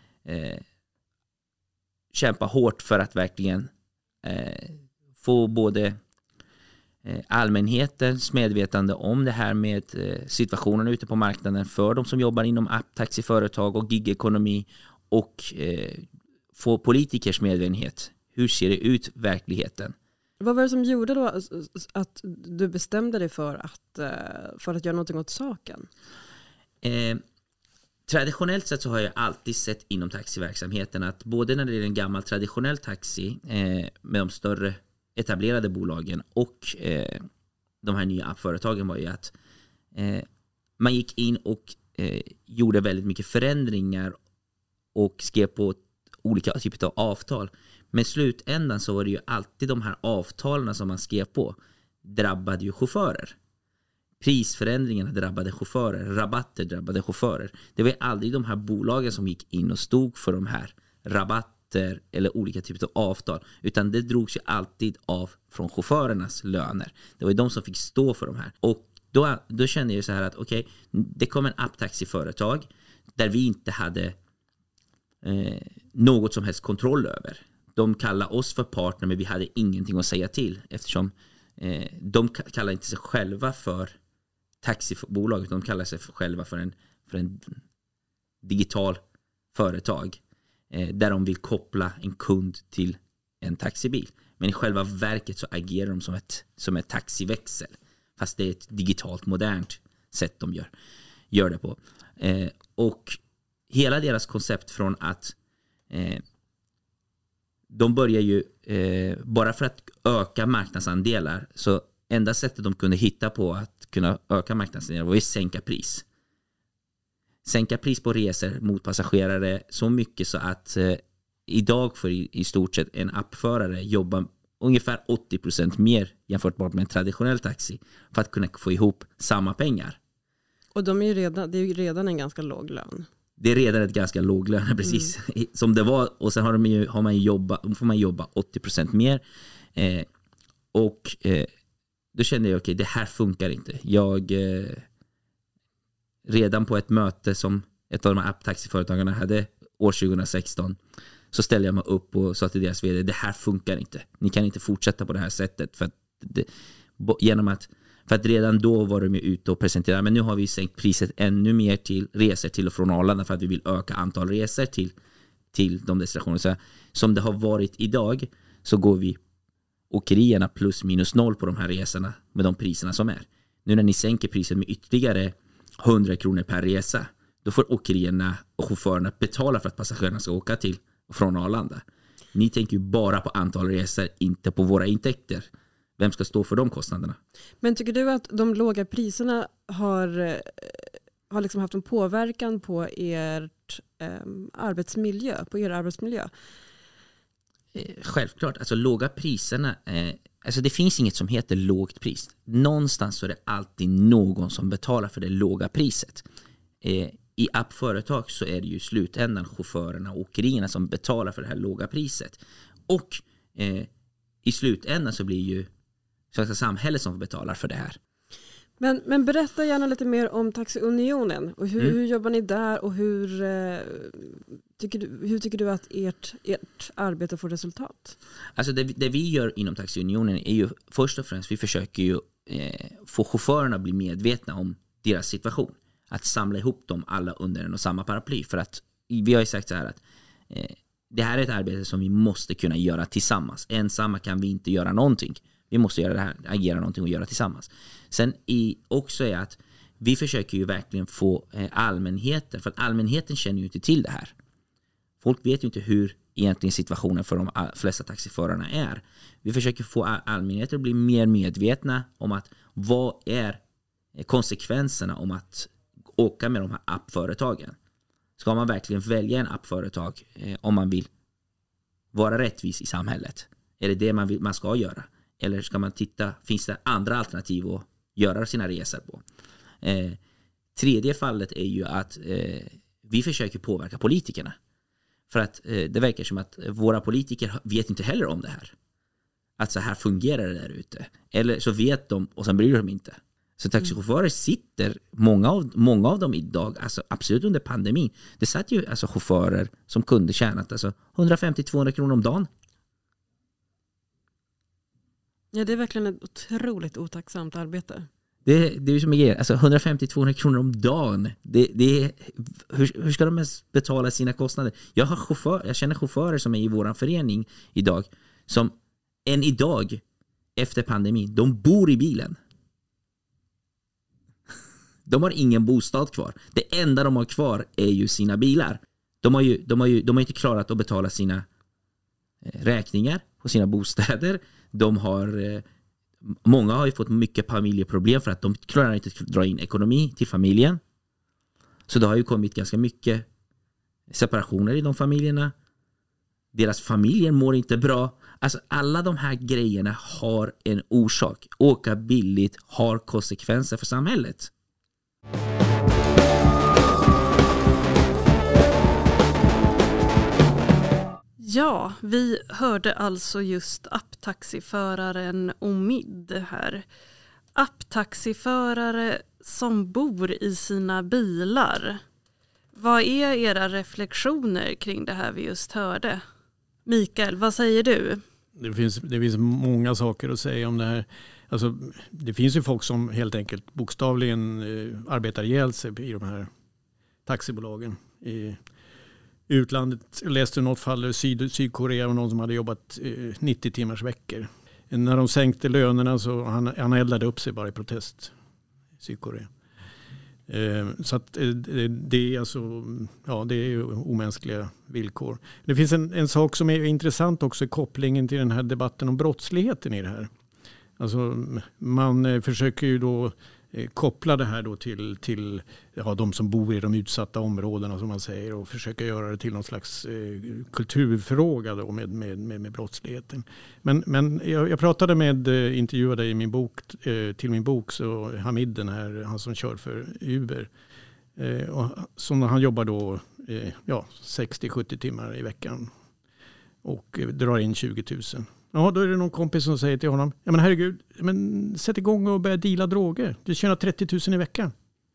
kämpa hårt för att verkligen få både allmänhetens medvetande om det här med situationen ute på marknaden för de som jobbar inom app-taxiföretag och gigekonomi, och få politikers medvetenhet. Hur ser det ut verkligheten? Vad var det som gjorde då att du bestämde dig för att göra någonting åt saken? Traditionellt sett så har jag alltid sett inom taxiverksamheten att både när det är en gammal traditionell taxi med de större etablerade bolagen och de här nya appföretagen var ju att man gick in och gjorde väldigt mycket förändringar och skrev på olika typer av avtal. Men i slutändan så var det ju alltid de här avtalen som man skrev på drabbade ju chaufförer. Prisförändringarna drabbade chaufförer, rabatter drabbade chaufförer. Det var aldrig de här bolagen som gick in och stod för de här rabatter eller olika typer av avtal, utan det drogs ju alltid av från chaufförernas löner. Det var ju de som fick stå för de här. Och då kände jag så här att okej, det kom en apptaxiföretag där vi inte hade något som helst kontroll över. De kallade oss för partner, men vi hade ingenting att säga till, eftersom de kallar inte sig själva för taxibolag, utan de kallar sig själva för en digital företag där de vill koppla en kund till en taxibil. Men i själva verket så agerar de som ett taxiväxel, fast det är ett digitalt modernt sätt de gör det på. Och hela deras koncept från att de börjar ju bara för att öka marknadsandelar, så enda sättet de kunde hitta på att kunna öka marknadsandelar var att sänka pris. Sänka pris på resor mot passagerare så mycket så att idag får i stort sett en appförare jobba ungefär 80% mer jämfört med en traditionell taxi för att kunna få ihop samma pengar. Och det är ju redan en ganska låg lön. Det är redan ett ganska låg lön, precis som det var, och sen får man jobba 80% mer. Då kände jag okej, det här funkar inte. Jag redan på ett möte som ett av de här apptaxiföretagarna hade år 2016, så ställde jag mig upp och sa till deras vd, det här funkar inte. Ni kan inte fortsätta på det här sättet, för att redan då var de ju ute och presenterade, men nu har vi sänkt priset ännu mer till resor till och från Arlanda för att vi vill öka antal resor till de destinationer. Så som det har varit idag så går vi åkerierna plus minus noll på de här resorna med de priserna som är. Nu när ni sänker priset med ytterligare 100 kronor per resa, då får åkerierna och chaufförerna betala för att passagerarna ska åka till och från Arlanda. Ni tänker ju bara på antal resor, inte på våra intäkter. Vem ska stå för de kostnaderna? Men tycker du att de låga priserna har liksom haft en påverkan på er arbetsmiljö? Självklart, alltså låga priserna, alltså det finns inget som heter lågt pris. Någonstans så är det alltid någon som betalar för det låga priset. I appföretag så är det ju i slutändan chaufförerna och åkerierna som betalar för det här låga priset. Och i slutändan så blir ju svenska samhället som betalar för det här. Men berätta gärna lite mer om Taxiunionen och hur jobbar ni där och hur tycker du att ert arbete får resultat? Alltså det vi gör inom Taxiunionen är ju först och främst, vi försöker ju få chaufförerna att bli medvetna om deras situation. Att samla ihop dem alla under en och samma paraply. För att vi har ju sagt så här att det här är ett arbete som vi måste kunna göra tillsammans. Ensamma kan vi inte göra någonting. Vi måste göra det här, agera någonting och göra tillsammans. Sen också är att vi försöker ju verkligen få allmänheten, för att allmänheten känner ju inte till det här. Folk vet ju inte hur egentligen situationen för de flesta taxiförarna är. Vi försöker få allmänheten att bli mer medvetna om att vad är konsekvenserna om att åka med de här appföretagen. Ska man verkligen välja en appföretag om man vill vara rättvis i samhället? Är det det man ska göra? Eller ska man titta, finns det andra alternativ att göra sina resor på? Tredje fallet är ju att vi försöker påverka politikerna. För att det verkar som att våra politiker vet inte heller om det här. Att så här fungerar det där ute. Eller så vet de och sen bryr de inte. Så taxichaufförer sitter, många av dem idag, alltså absolut under pandemin, det satt ju alltså chaufförer som kunde tjäna alltså 150-200 kronor om dagen. Ja, det är verkligen ett otroligt otacksamt arbete. Det är ju som jag ger, alltså 150-200 kronor om dagen. Hur ska de ens betala sina kostnader? Jag känner chaufförer som är i våran förening idag, som än idag efter pandemin, de bor i bilen. De har ingen bostad kvar. Det enda de har kvar är ju sina bilar. De har inte klarat att betala sina räkningar på sina bostäder. Många har ju fått mycket familjeproblem för att de klarar inte att dra in ekonomi till familjen. Så det har ju kommit ganska mycket separationer i de familjerna. Deras familjer mår inte bra. Alltså alla de här grejerna har en orsak. Åka billigt har konsekvenser för samhället. Ja, vi hörde alltså just apptaxiföraren Omid här. Apptaxiförare som bor i sina bilar. Vad är era reflektioner kring det här vi just hörde? Mikael, vad säger du? Det finns många saker att säga om det här. Alltså, det finns ju folk som helt enkelt bokstavligen arbetar ihjäl sig i de här taxibolagen. I utlandet läste något fall i Sydkorea och någon som hade jobbat 90 timmars veckor. När de sänkte lönerna så han eldade upp sig bara i protest i Sydkorea. Så att det är alltså, ja, det är ju omänskliga villkor. Det finns en sak som är intressant också i kopplingen till den här debatten om brottsligheten i det här. Alltså man försöker ju då koppla det här då till de som bor i de utsatta områdena som man säger och försöka göra det till någon slags kulturfråga då med brottsligheten. Men jag pratade intervjuade i min bok till min bok så Hamid den här han som kör för Uber och som han jobbar då 60-70 timmar i veckan och drar in 20 000. Ja, då är det någon kompis som säger till honom, ja men herregud, men sätt igång och börja deala droger. Du tjänar 30 000 i veckan.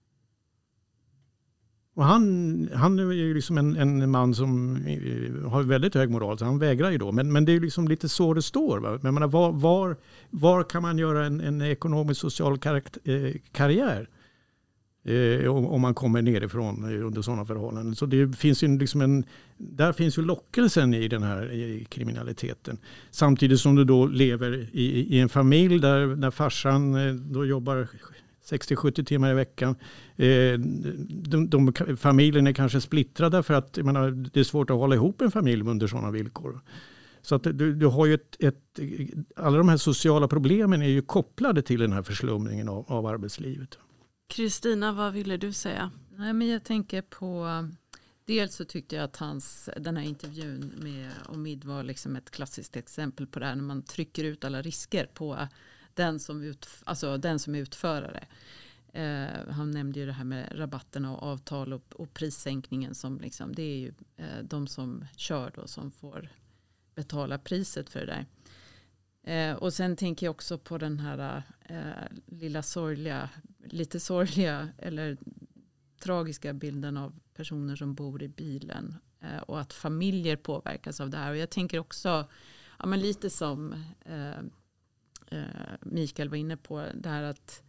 Och han är ju liksom en man som har väldigt hög moral, så han vägrar ju då. Men det är ju liksom lite så det står. Va? Men jag menar, var kan man göra en ekonomisk social karriär? Om man kommer nerifrån under sådana förhållanden. Så det finns ju liksom där finns ju lockelsen i den här kriminaliteten. Samtidigt som du då lever i en familj där farsan då jobbar 60-70 timmar i veckan. Familjen är kanske splittrade för att jag menar, det är svårt att hålla ihop en familj under sådana villkor. Så att du har ju alla de här sociala problemen är ju kopplade till den här förslumningen av arbetslivet. Kristina, vad ville du säga? Nej, men jag tänker på, dels så tyckte jag att den här intervjun med Omid var liksom ett klassiskt exempel på det här när man trycker ut alla risker på den som är utförare. Han nämnde ju det här med rabatterna och avtal och prissänkningen som liksom, det är ju de som kör då som får betala priset för det där. Och sen tänker jag också på den här lite sorgliga eller tragiska bilden av personer som bor i bilen och att familjer påverkas av det här. Och jag tänker också, ja, men lite som Mikael var inne på, det här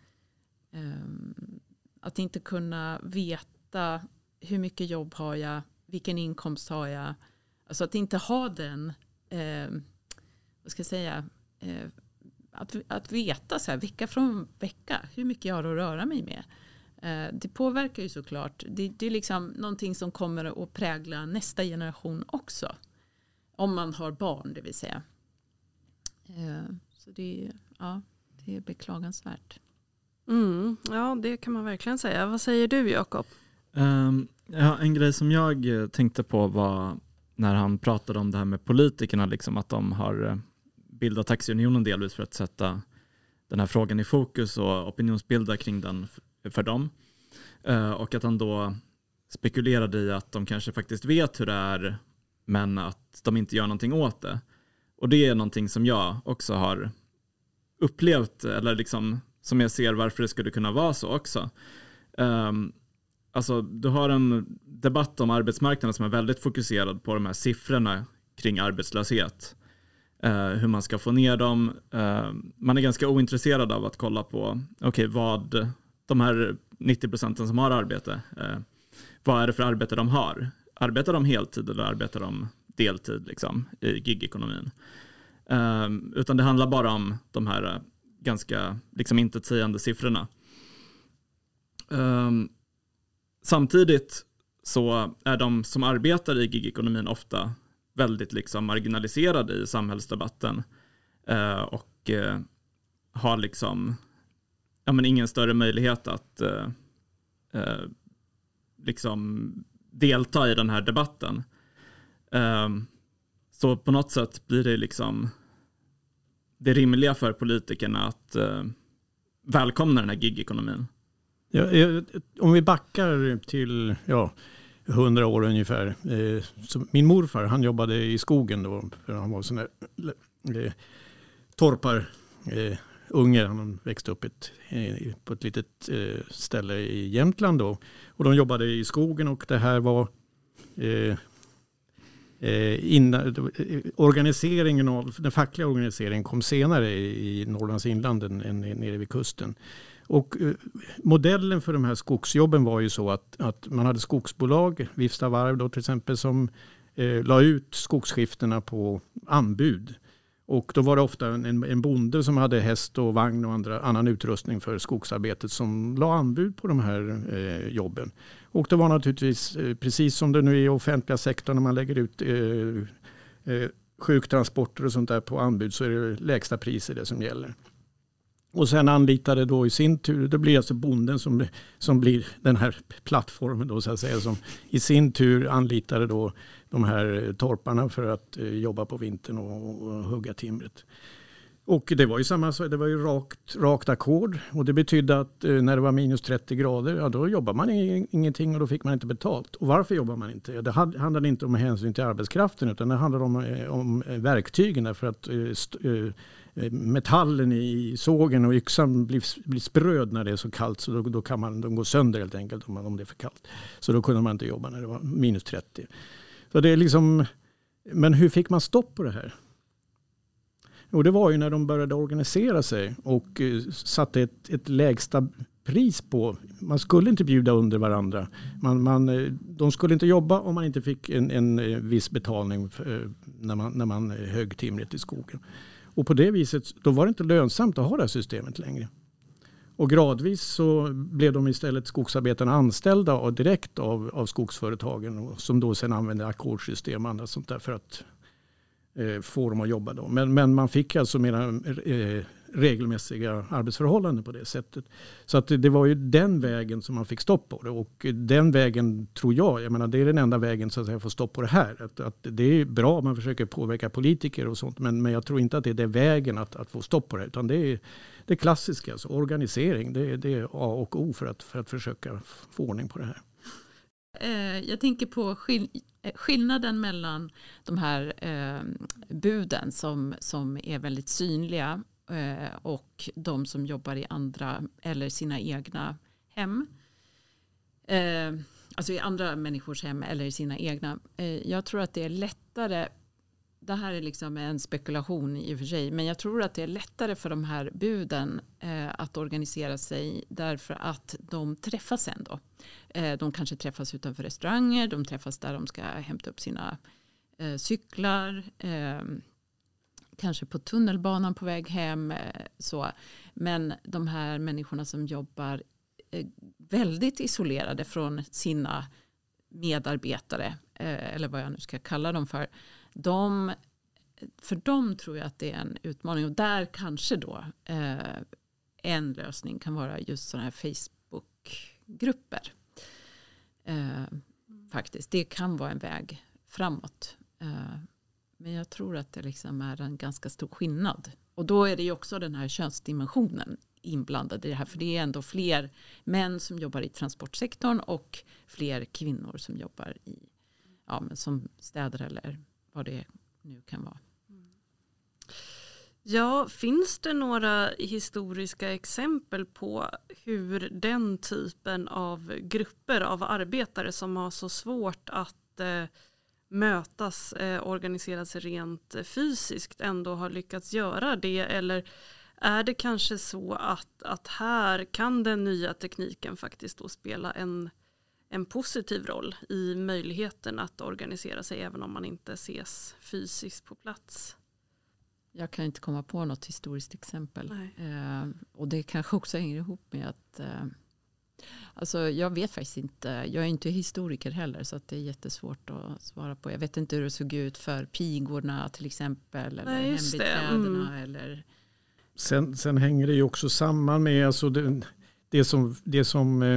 att inte kunna veta hur mycket jobb har jag, vilken inkomst har jag. Alltså att inte ha den, vad ska jag säga, att veta så här, vecka från vecka hur mycket jag har att röra mig med. Det påverkar ju såklart. Det är liksom någonting som kommer att prägla nästa generation också. Om man har barn, det vill säga. Så det är beklagansvärt. Ja, det kan man verkligen säga. Vad säger du, Jakob? En grej som jag tänkte på var när han pratade om det här med politikerna, liksom, att de har bildat Taxiunionen delvis för att sätta den här frågan i fokus och opinionsbilda kring den för dem. Och att han då spekulerade i att de kanske faktiskt vet hur det är, men att de inte gör någonting åt det. Och det är någonting som jag också har upplevt, eller liksom som jag ser varför det skulle kunna vara så också. Alltså, du har en debatt om arbetsmarknaden som är väldigt fokuserad på de här siffrorna kring arbetslöshet. Hur man ska få ner dem. Man är ganska ointresserad av att kolla på vad de här 90% som har arbete, vad är det för arbete de har? Arbetar de heltid eller arbetar de deltid liksom, i gigekonomin? Utan det handlar bara om de här ganska liksom intetsägande siffrorna. Samtidigt så är de som arbetar i gigekonomin ofta väldigt liksom marginaliserade i samhällsdebatten och har liksom ingen större möjlighet att liksom delta i den här debatten. Så på något sätt blir det liksom det rimliga för politikerna att välkomna den här gigekonomin. Ja, om vi backar till 100 år ungefär. Så min morfar, han jobbade i skogen då, för han var sån där torparunge. Han växte upp på ett litet ställe i Jämtland då. Och de jobbade i skogen, och det här var organiseringen av den fackliga organiseringen kom senare i Norrlands inland än nere vid kusten. Och modellen för de här skogsjobben var ju så att man hade skogsbolag, Vifsta Varv då till exempel, som la ut skogsskiftena på anbud. Och då var det ofta en bonde som hade häst och vagn och annan utrustning för skogsarbetet som la anbud på de här jobben. Och det var naturligtvis precis som det nu är i offentliga sektorn, när man lägger ut sjuktransporter och sånt där på anbud, så är det lägsta priser det som gäller. Och sen anlitade då i sin tur, det blir alltså bonden som blir den här plattformen då, så att säga, som i sin tur anlitade då de här torparna för att jobba på vintern och hugga timret. Och det var ju det var ju rakt ackord, och det betydde att när det var minus 30 grader, då jobbar man ingenting och då fick man inte betalt. Och varför jobbar man inte? Det handlade inte om hänsyn till arbetskraften, utan det handlade om verktygen, för att metallen i sågen och yxan blir spröd när det är så kallt, så då kan de gå sönder helt enkelt om det är för kallt. Så då kunde man inte jobba när det var minus 30. Så det är liksom, men hur fick man stopp på det här? Och det var ju när de började organisera sig och satte ett lägsta pris på. Man skulle inte bjuda under varandra. De skulle inte jobba om man inte fick en viss betalning när man högg timret i skogen. Och på det viset, då var det inte lönsamt att ha det här systemet längre. Och gradvis så blev de istället skogsarbetarna anställda och direkt av skogsföretagen, som då sen använde ackordssystem och annat sånt där för att få dem att jobba då. Men man fick alltså mera regelmässiga arbetsförhållanden på det sättet. Så att det var ju den vägen som man fick stopp på det, och den vägen tror jag menar, det är den enda vägen så att säga, få stopp på det här. Att det är bra om man försöker påverka politiker och sånt, men jag tror inte att det är vägen att få stopp på det, utan det är det klassiska, alltså organisering, det är A och O för att försöka få ordning på det här. Jag tänker på skillnaden mellan de här buden som är väldigt synliga och de som jobbar i andra eller sina egna hem. Alltså i andra människors hem eller i sina egna. Jag tror att det är lättare, det här är liksom en spekulation i och för sig, men jag tror att det är lättare för de här buden att organisera sig därför att de träffas ändå. De kanske träffas utanför restauranger, de träffas där de ska hämta upp sina cyklar, kanske på tunnelbanan på väg hem. Så. Men de här människorna som jobbar väldigt isolerade från sina medarbetare, eller vad jag nu ska kalla dem för dem tror jag att det är en utmaning. Och där kanske då en lösning kan vara just sådana här Facebook-grupper. Faktiskt, det kan vara en väg framåt. Men jag tror att det liksom är en ganska stor skillnad. Och då är det ju också den här könsdimensionen inblandad i det här. För det är ändå fler män som jobbar i transportsektorn och fler kvinnor som jobbar i, men som städer eller vad det nu kan vara. Ja, finns det några historiska exempel på hur den typen av grupper av arbetare som har så svårt att mötas, organisera sig rent fysiskt ändå har lyckats göra det? Eller är det kanske så att här kan den nya tekniken faktiskt då spela en positiv roll i möjligheten att organisera sig även om man inte ses fysiskt på plats? Jag kan inte komma på något historiskt exempel. Och det kanske också hänger ihop med att alltså jag vet faktiskt inte, jag är inte historiker heller, så att det är jättesvårt att svara på. Jag vet inte hur det såg ut för pigorna till exempel, eller hembiträdena eller... Sen hänger det ju också samman med alltså det som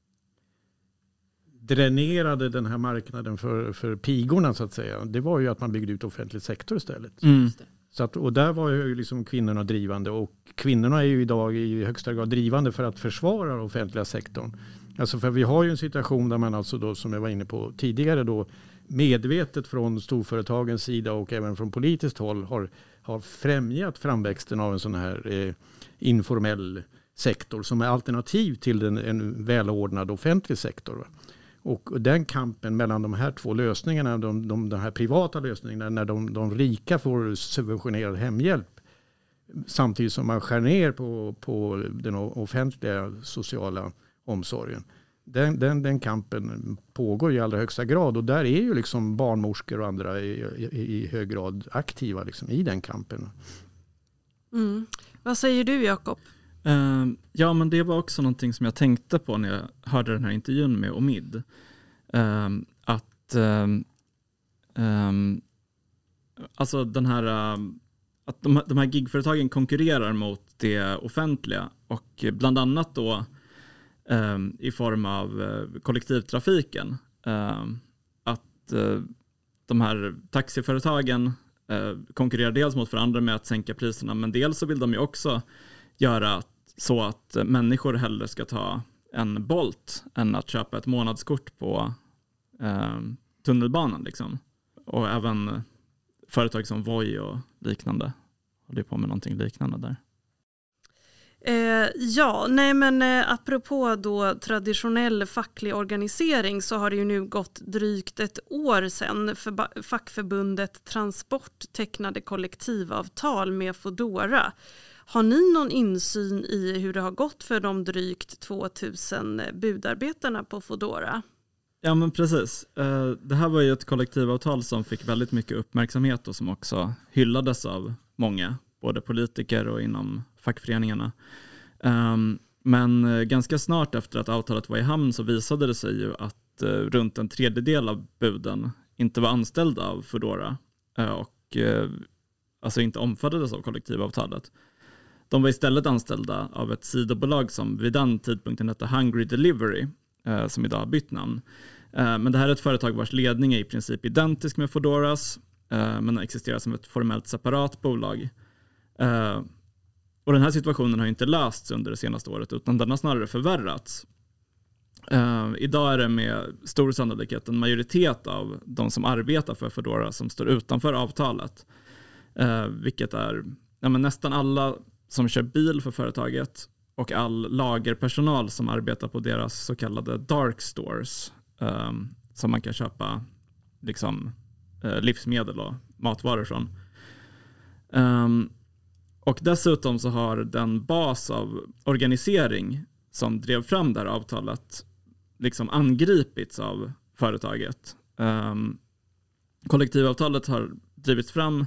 dränerade den här marknaden för pigorna så att säga. Det var ju att man byggde ut offentlig sektor istället. Så att, och där var ju liksom kvinnorna drivande, och kvinnorna är ju idag i högsta grad drivande för att försvara den offentliga sektorn. Alltså för vi har ju en situation där man alltså då, som jag var inne på tidigare då, medvetet från storföretagens sida och även från politiskt håll har främjat framväxten av en sån här informell sektor som är alternativ till en välordnad offentlig sektor. Va? Och den kampen mellan de här två lösningarna, de här privata lösningarna, när de rika får subventionerad hemhjälp samtidigt som man skär ner på den offentliga sociala omsorgen. Den kampen pågår i allra högsta grad, och där är ju liksom barnmorskor och andra i hög grad aktiva liksom i den kampen. Vad säger du, Jakob? Ja, men det var också någonting som jag tänkte på när jag hörde den här intervjun med Omid. Alltså den här, att de här gigföretagen konkurrerar mot det offentliga, och bland annat då i form av kollektivtrafiken. Att de här taxiföretagen konkurrerar dels mot varandra med att sänka priserna, men dels så vill de ju också göra så att människor hellre ska ta en Bolt än att köpa ett månadskort på tunnelbanan liksom. Och även företag som Voi och liknande håller på med någonting liknande där. Apropå då traditionell facklig organisering, så har det ju nu gått drygt ett år sedan för fackförbundet Transport tecknade kollektivavtal med Foodora. Har ni någon insyn i hur det har gått för de drygt 2000 budarbetarna på Foodora? Ja, men precis. Det här var ju ett kollektivavtal som fick väldigt mycket uppmärksamhet och som också hyllades av många, både politiker och inom fackföreningarna. Men ganska snart efter att avtalet var i hamn så visade det sig ju att runt en tredjedel av buden inte var anställda av Foodora och alltså inte omfattades av kollektivavtalet. De var istället anställda av ett sidobolag som vid den tidpunkten hette Hungry Delivery, som idag har bytt namn. Men det här är ett företag vars ledning är i princip identisk med Foodoras, men existerar som ett formellt separat bolag. Och den här situationen har inte lösts under det senaste året, utan den har snarare förvärrats. Idag är det med stor sannolikhet en majoritet av de som arbetar för Foodora som står utanför avtalet. Vilket är nästan alla som kör bil för företaget och all lagerpersonal som arbetar på deras så kallade dark stores, som man kan köpa liksom, livsmedel och matvaror från. Och dessutom så har den bas av organisering som drev fram det här avtalet liksom angripits av företaget. Kollektivavtalet har drivits fram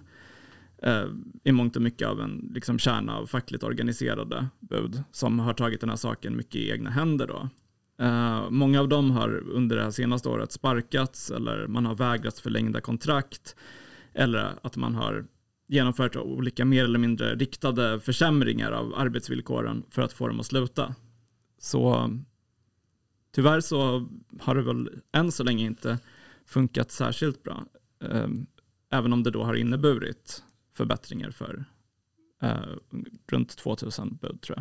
i mångt och mycket av en liksom kärna av fackligt organiserade bud som har tagit den här saken mycket i egna händer då. Många av dem har under det här senaste året sparkats, eller man har vägrats förlängda kontrakt, eller att man har genomfört olika mer eller mindre riktade försämringar av arbetsvillkoren för att få dem att sluta. Så tyvärr så har det väl än så länge inte funkat särskilt bra. Även om det då har inneburit förbättringar för runt 2000 bud, tror jag.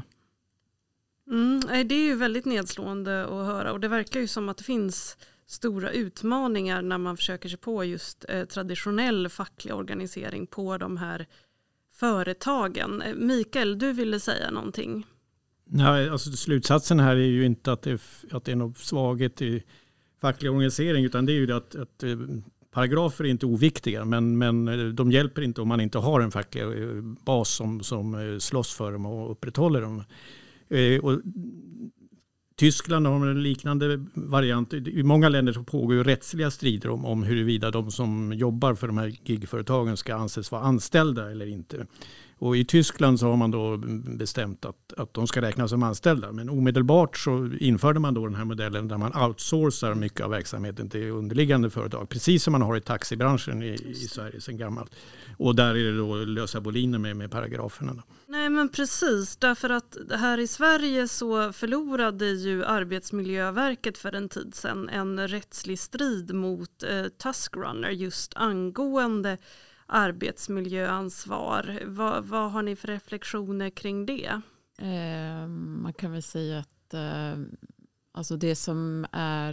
Det är ju väldigt nedslående att höra, och det verkar ju som att det finns stora utmaningar när man försöker sig på just traditionell facklig organisering på de här företagen. Mikael, du ville säga någonting? Nej, alltså slutsatsen här är ju inte att det är något svaghet i facklig organisering, utan det är ju det att paragrafer är inte oviktiga, men de hjälper inte om man inte har en facklig bas som slåss för dem och upprätthåller dem. Och Tyskland har en liknande variant. I många länder så pågår ju rättsliga strider om huruvida de som jobbar för de här gigföretagen ska anses vara anställda eller inte. Och i Tyskland så har man då bestämt att de ska räknas som anställda. Men omedelbart så införde man då den här modellen där man outsourcar mycket av verksamheten till underliggande företag. Precis som man har i taxibranschen i Sverige sedan gammalt. Och där är det då lösa boliner med paragraferna. Då. Nej, men precis, därför att här i Sverige så förlorade ju Arbetsmiljöverket för en tid sedan en rättslig strid mot Taskrunner just angående arbetsmiljöansvar. Vad har ni för reflektioner kring det? Man kan väl säga att alltså det som är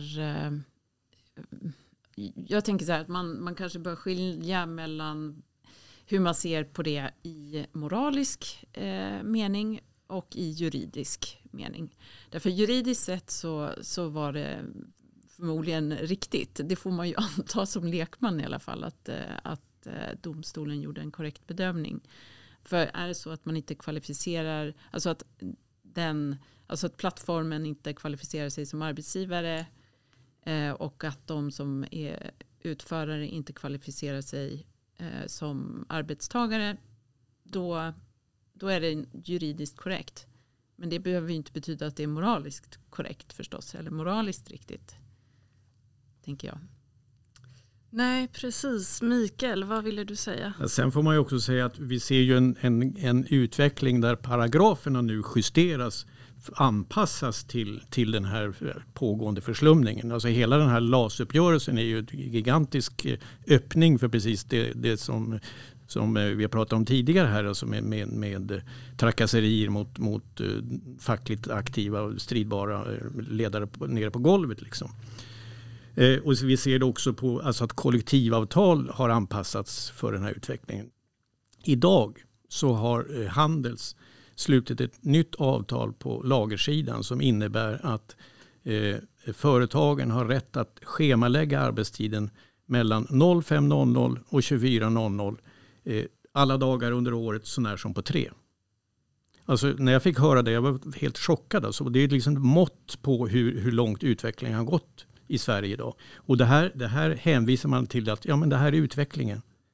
jag tänker så här att man kanske bör skilja mellan hur man ser på det i moralisk mening och i juridisk mening. Därför juridiskt sett så var det förmodligen riktigt. Det får man ju anta som lekman i alla fall, att domstolen gjorde en korrekt bedömning. För är det så att man inte kvalificerar, alltså att plattformen inte kvalificerar sig som arbetsgivare och att de som är utförare inte kvalificerar sig som arbetstagare, då är det juridiskt korrekt. Men det behöver ju inte betyda att det är moraliskt korrekt förstås, eller moraliskt riktigt, tänker jag. Nej, precis. Mikael, vad ville du säga? Sen får man ju också säga att vi ser ju en utveckling där paragraferna nu justeras, anpassas till den här pågående förslumningen. Alltså hela den här LAS-uppgörelsen är ju en gigantisk öppning för precis det som vi har pratat om tidigare här, alltså med trakasserier mot fackligt aktiva och stridbara ledare nere på golvet liksom. Och vi ser det också på alltså att kollektivavtal har anpassats för den här utvecklingen. Idag så har Handels slutit ett nytt avtal på lagersidan som innebär att företagen har rätt att schemalägga arbetstiden mellan 05.00 och 24.00 alla dagar under året så när som på 3. Alltså när jag fick höra det, jag var helt chockad. Alltså, det är liksom mått på hur långt utvecklingen har gått i Sverige idag. Och det här hänvisar man till att ja, men det här är utvecklingen.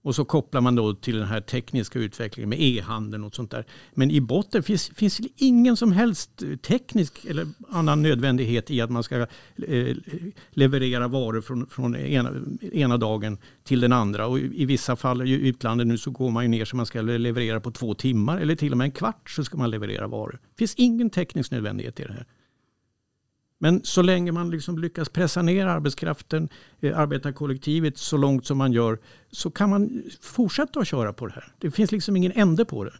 Och så kopplar man då till den här tekniska utvecklingen med e-handeln och sånt där. Men i botten finns ingen som helst teknisk eller annan nödvändighet i att man ska leverera varor från ena dagen till den andra. Och i vissa fall i utlandet nu så går man ju ner så man ska leverera på 2 timmar eller till och med en kvart så ska man leverera varor. Det finns ingen teknisk nödvändighet i det här. Men så länge man liksom lyckas pressa ner arbetskraften, arbetarkollektivet så långt som man gör, så kan man fortsätta att köra på det här. Det finns liksom ingen ände på det.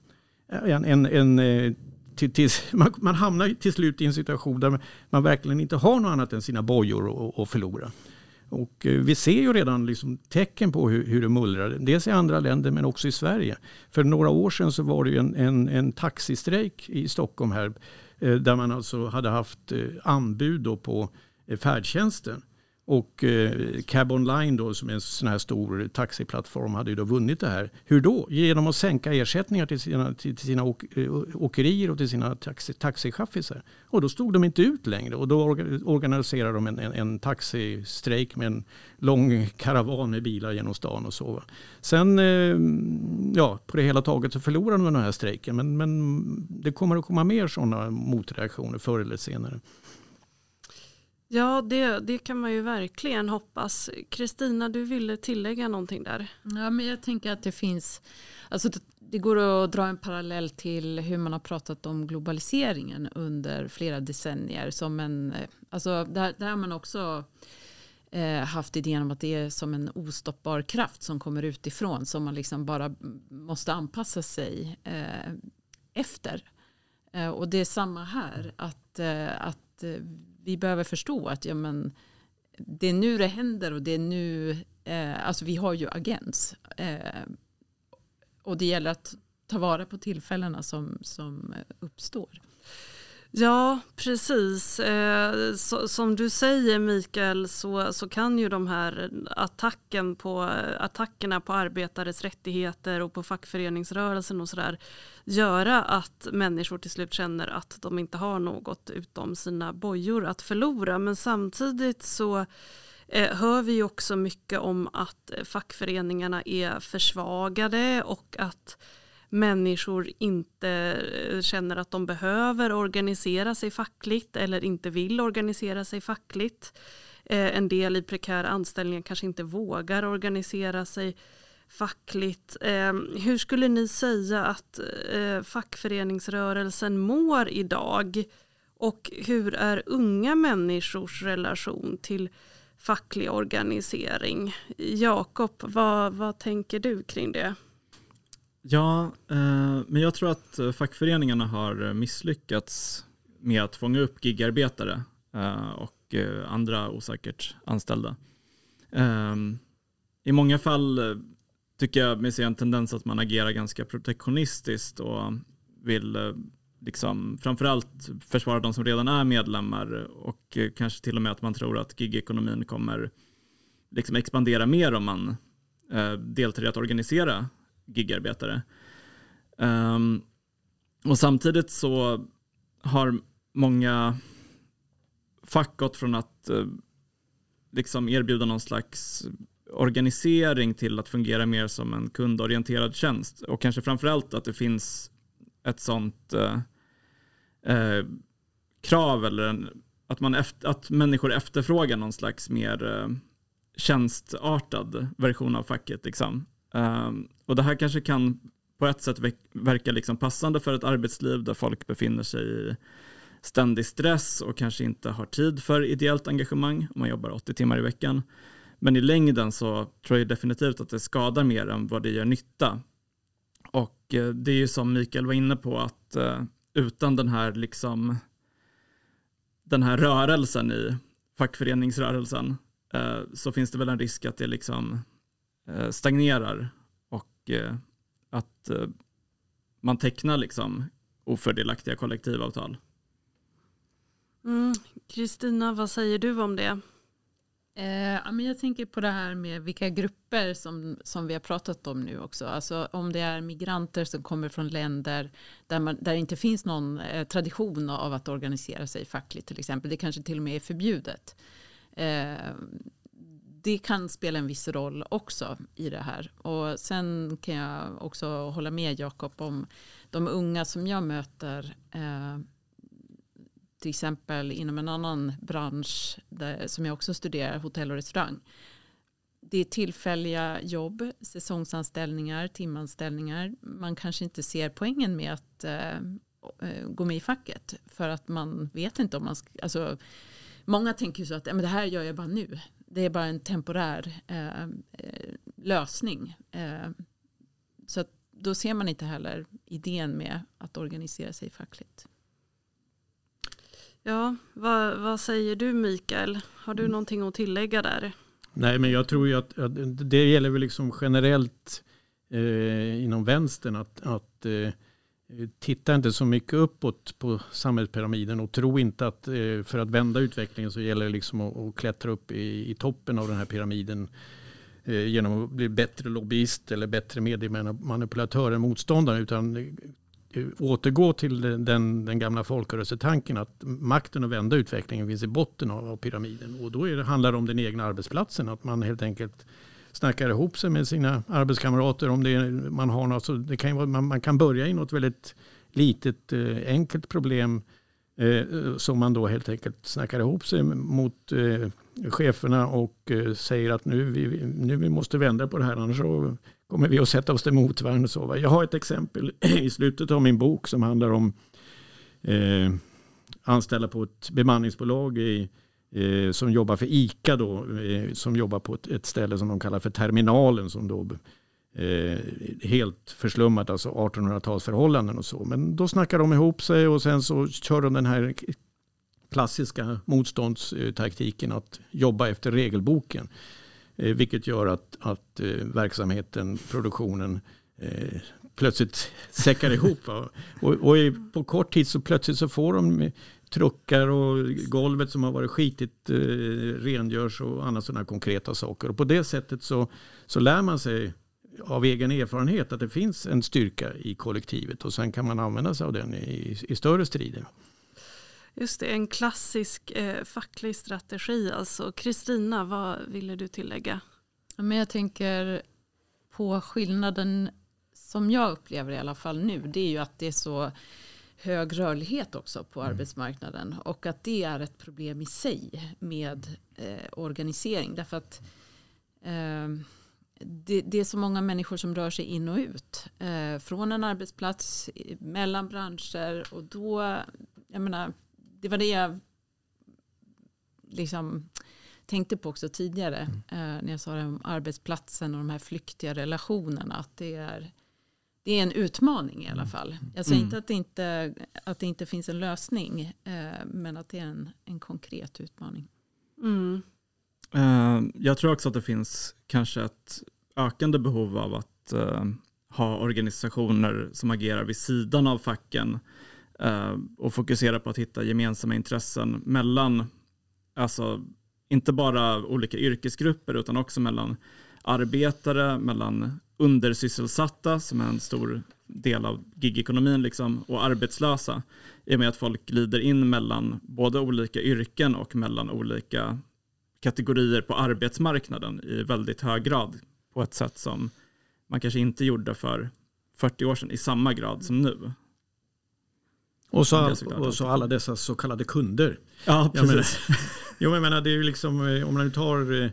Man hamnar till slut i en situation där man verkligen inte har något annat än sina bojor att förlora. Och vi ser ju redan liksom tecken på hur det mullrar. Dels i andra länder men också i Sverige. För några år sedan så var det ju en taxistrejk i Stockholm här. Där man alltså hade haft anbud då på färdtjänsten. Och Cab Online då, som är en sån här stor taxiplattform, hade ju då vunnit det här. Hur då? Genom att sänka ersättningar till sina åkerier och till sina taxichaffisar. Och då stod de inte ut längre. Och då organiserade de en taxistrejk med en lång karavan med bilar genom stan och så. Sen, på det hela taget så förlorade de den här strejken. Men det kommer att komma mer sådana motreaktioner förr eller senare. Ja, det kan man ju verkligen hoppas. Kristina, du ville tillägga någonting där? Ja, men jag tänker att det finns, alltså det går att dra en parallell till hur man har pratat om globaliseringen under flera decennier. Alltså där har man också haft idén om att det är som en ostoppbar kraft som kommer utifrån, som man liksom bara måste anpassa sig efter. Och det är samma här, att vi behöver förstå att det är nu det händer och det är nu, alltså vi har ju agens. Och det gäller att ta vara på tillfällena som uppstår. Ja, precis. Som du säger, Mikael, så kan ju de här attackerna på arbetares rättigheter och på fackföreningsrörelsen och sådär göra att människor till slut känner att de inte har något utom sina bojor att förlora. Men samtidigt så hör vi också mycket om att fackföreningarna är försvagade och att människor inte känner att de behöver organisera sig fackligt eller inte vill organisera sig fackligt. En del i prekära anställningar kanske inte vågar organisera sig fackligt. Hur skulle ni säga att fackföreningsrörelsen mår idag? Och hur är unga människors relation till facklig organisering? Jakob, vad tänker du kring det? Ja, men jag tror att fackföreningarna har misslyckats med att fånga upp gigarbetare och andra osäkert anställda. I många fall tycker jag mig se en tendens att man agerar ganska protektionistiskt och vill liksom framförallt försvara de som redan är medlemmar, och kanske till och med att man tror att gigekonomin kommer liksom expandera mer om man deltar i att organisera gigarbetare. Och samtidigt så har många fack gått från att liksom erbjuda någon slags organisering till att fungera mer som en kundorienterad tjänst. Och kanske framförallt att det finns ett sånt krav eller att människor efterfrågar någon slags mer tjänstartad version av facket liksom. Och det här kanske kan på ett sätt verka liksom passande för ett arbetsliv där folk befinner sig i ständig stress och kanske inte har tid för ideellt engagemang om man jobbar 80 timmar i veckan. Men i längden så tror jag definitivt att det skadar mer än vad det gör nytta. Och det är ju som Mikael var inne på, att utan den här rörelsen i fackföreningsrörelsen så finns det väl en risk att det liksom stagnerar och att man tecknar liksom ofördelaktiga kollektivavtal. Kristina, vad säger du om det? Men jag tänker på det här med vilka grupper som vi har pratat om nu också. Alltså om det är migranter som kommer från länder där det inte finns någon tradition av att organisera sig fackligt till exempel. Det kanske till och med är förbjudet. det kan spela en viss roll också i det här. Och sen kan jag också hålla med Jakob om de unga som jag möter, till exempel inom en annan bransch som jag också studerar, hotell och restaurang. Det är tillfälliga jobb, säsongsanställningar, timanställningar. Man kanske inte ser poängen med att gå med i facket för att man vet inte om man ska, alltså, många tänker så att men det här gör jag bara nu. Det är bara en temporär lösning. Så att då ser man inte heller idén med att organisera sig fackligt. Ja, vad säger du Mikael? Har du någonting att tillägga där? Nej, men jag tror ju att det gäller väl liksom generellt inom vänstern att titta inte så mycket uppåt på samhällspyramiden och tro inte att för att vända utvecklingen så gäller det liksom att klättra upp i toppen av den här pyramiden genom att bli bättre lobbyist eller bättre mediemanipulatörer än motståndare, utan återgå till den gamla folkrörelsetanken att makten att vända utvecklingen finns i botten av pyramiden. Och då handlar det om den egna arbetsplatsen, att man helt enkelt snackar ihop sig med sina arbetskamrater. Om man har något, så det kan ju vara, man kan börja i något väldigt litet enkelt problem som man då helt enkelt snackar ihop sig mot cheferna och säger att nu vi måste vända på det här, annars så kommer vi att sätta oss emot varandra. Så. Jag har ett exempel i slutet av min bok som handlar om anställda på ett bemanningsbolag som jobbar för ICA då, som jobbar på ett ställe som de kallar för terminalen, som då helt förslummat, alltså 1800-talsförhållanden och så. Men då snackar de ihop sig och sen så kör de den här klassiska motståndstaktiken att jobba efter regelboken. Vilket gör att verksamheten, produktionen plötsligt säckar ihop. Och på kort tid så plötsligt så får de truckar och golvet som har varit skitigt rengörs och andra sådana konkreta saker. Och på det sättet så lär man sig av egen erfarenhet att det finns en styrka i kollektivet och sen kan man använda sig av den i större strider. Just det, en klassisk facklig strategi. Alltså, Kristina, vad ville du tillägga? Men jag tänker på skillnaden som jag upplever i alla fall nu. Det är ju att det är så hög rörlighet också på arbetsmarknaden. Och att det är ett problem i sig med organisering. Därför att det är så många människor som rör sig in och ut. Från en arbetsplats, mellan branscher. Och då, jag menar, det var det jag liksom tänkte på också tidigare när jag sa det om arbetsplatsen och de här flyktiga relationerna, att det är en utmaning i alla fall. Jag säger inte att det inte finns en lösning, men att det är en konkret utmaning. Jag tror också att det finns kanske ett ökande behov av att ha organisationer som agerar vid sidan av facken och fokusera på att hitta gemensamma intressen mellan, alltså inte bara olika yrkesgrupper utan också mellan arbetare, mellan undersysselsatta som är en stor del av gigekonomin liksom, och arbetslösa, i och med att folk glider in mellan både olika yrken och mellan olika kategorier på arbetsmarknaden i väldigt hög grad, på ett sätt som man kanske inte gjorde för 40 år sedan i samma grad som nu. Och så alla dessa så kallade kunder. Ja, precis. Jag menar, det är ju liksom, om man tar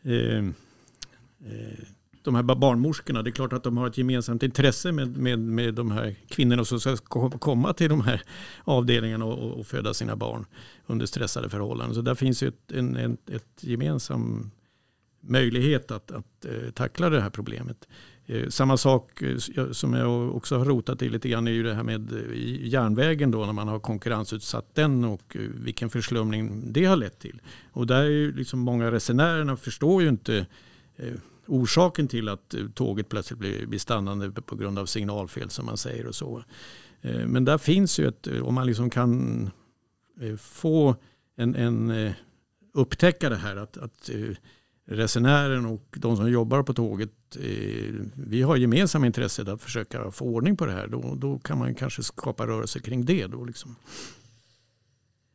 de här barnmorskorna, det är klart att de har ett gemensamt intresse med de här kvinnorna som ska komma till de här avdelningarna och föda sina barn under stressade förhållanden. Så där finns ju ett gemensam möjlighet att tackla det här problemet. Samma sak som jag också har rotat i lite grann är ju det här med järnvägen då, när man har konkurrensutsatt den och vilken förslumning det har lett till. Och där är ju liksom många resenärerna förstår ju inte orsaken till att tåget plötsligt blir stannande på grund av signalfel som man säger och så. Men där finns ju om man liksom kan få upptäcka det här att resenären och de som jobbar på tåget, vi har gemensamma intresset att försöka få ordning på det här. Då kan man kanske skapa rörelse kring det då liksom.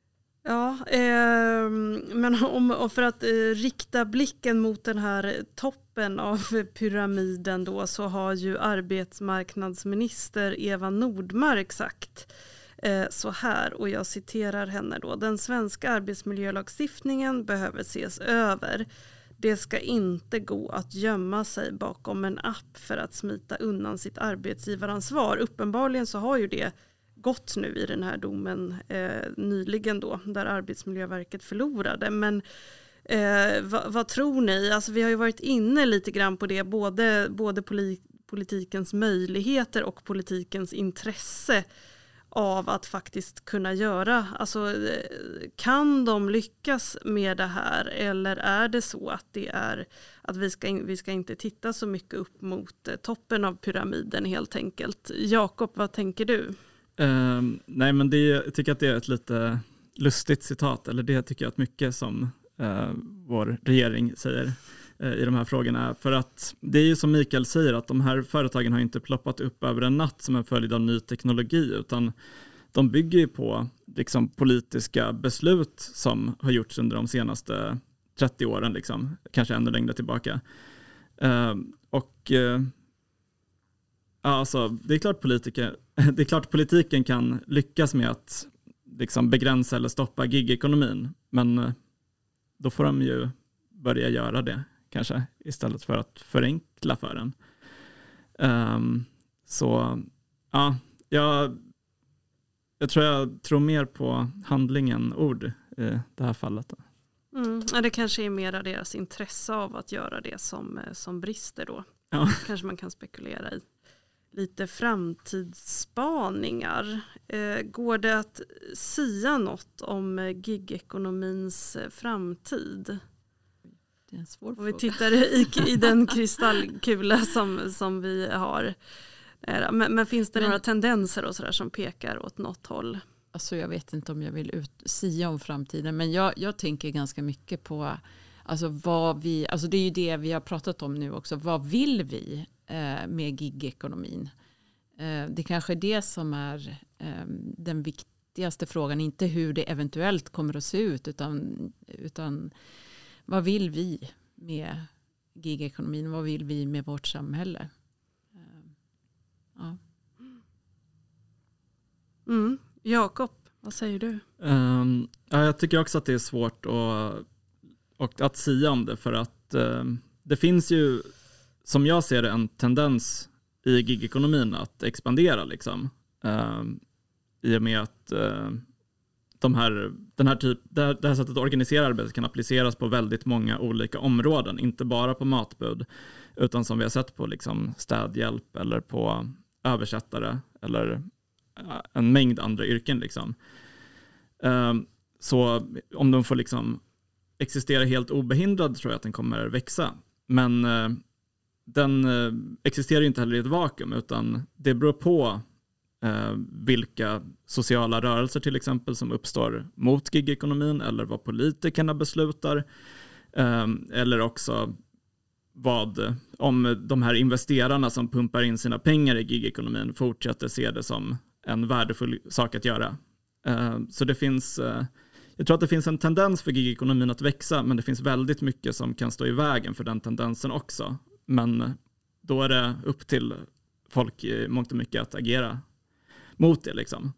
Ja, men och för att rikta blicken mot den här toppen av pyramiden då, så har ju arbetsmarknadsminister Eva Nordmark sagt så här, och jag citerar henne då: den svenska arbetsmiljölagstiftningen behöver ses över. Det ska inte gå att gömma sig bakom en app för att smita undan sitt arbetsgivaransvar. Uppenbarligen så har ju det gått nu i den här domen nyligen då, där Arbetsmiljöverket förlorade. Men vad tror ni? Alltså, vi har ju varit inne lite grann på det, både politikens möjligheter och politikens intresse av att faktiskt kunna göra. Alltså, kan de lyckas med det här, eller är det så att det är att vi ska inte titta så mycket upp mot toppen av pyramiden helt enkelt? Jakob, vad tänker du? Nej, men jag tycker att det är ett lite lustigt citat, eller det tycker jag att mycket som vår regering säger i de här frågorna. För att det är ju som Mikael säger, att de här företagen har inte ploppat upp över en natt som en följd av ny teknologi, utan de bygger ju på liksom politiska beslut som har gjorts under de senaste 30 åren, liksom, kanske ännu längre tillbaka. Alltså, det är klart politiken kan lyckas med att liksom begränsa eller stoppa gigekonomin, men då får de ju börja göra det kanske, istället för att förenkla för den. Jag tror mer på handling än ord i det här fallet. Det kanske är mer av deras intresse av att göra det som brister då. Ja. Kanske man kan spekulera i. Lite framtidsspaningar. Går det att sia något om gigekonomins framtid? Det är en svår fråga. Om vi tittar i den kristallkula som vi har. Men finns det några tendenser och så där som pekar åt något håll? Alltså, jag vet inte om jag vill sia om framtiden, men jag tänker ganska mycket på alltså det är ju det vi har pratat om nu också. Vad vill vi med gigekonomin? Det kanske är det som är den viktigaste frågan, inte hur det eventuellt kommer att se ut, utan vad vill vi med gigekonomin? Vad vill vi med vårt samhälle? Ja. Jakob, vad säger du? Jag tycker också att det är svårt att sia om det, för att det finns ju, som jag ser det, en tendens i gigekonomin att expandera liksom. I och med att det här sättet att organisera arbetet kan appliceras på väldigt många olika områden, inte bara på matbud, utan som vi har sett på liksom städhjälp eller på översättare eller en mängd andra yrken liksom. Så om de får liksom existera helt obehindrad, tror jag att den kommer växa. Men den existerar ju inte heller i ett vakuum, utan det beror på vilka sociala rörelser till exempel som uppstår mot gigekonomin, eller vad politikerna beslutar, eller också om de här investerarna som pumpar in sina pengar i gigekonomin fortsätter se det som en värdefull sak att göra. Så det finns, jag tror att det finns en tendens för gigekonomin att växa, men det finns väldigt mycket som kan stå i vägen för den tendensen också. Men då är det upp till folk i mångt och mycket att agera mot det liksom.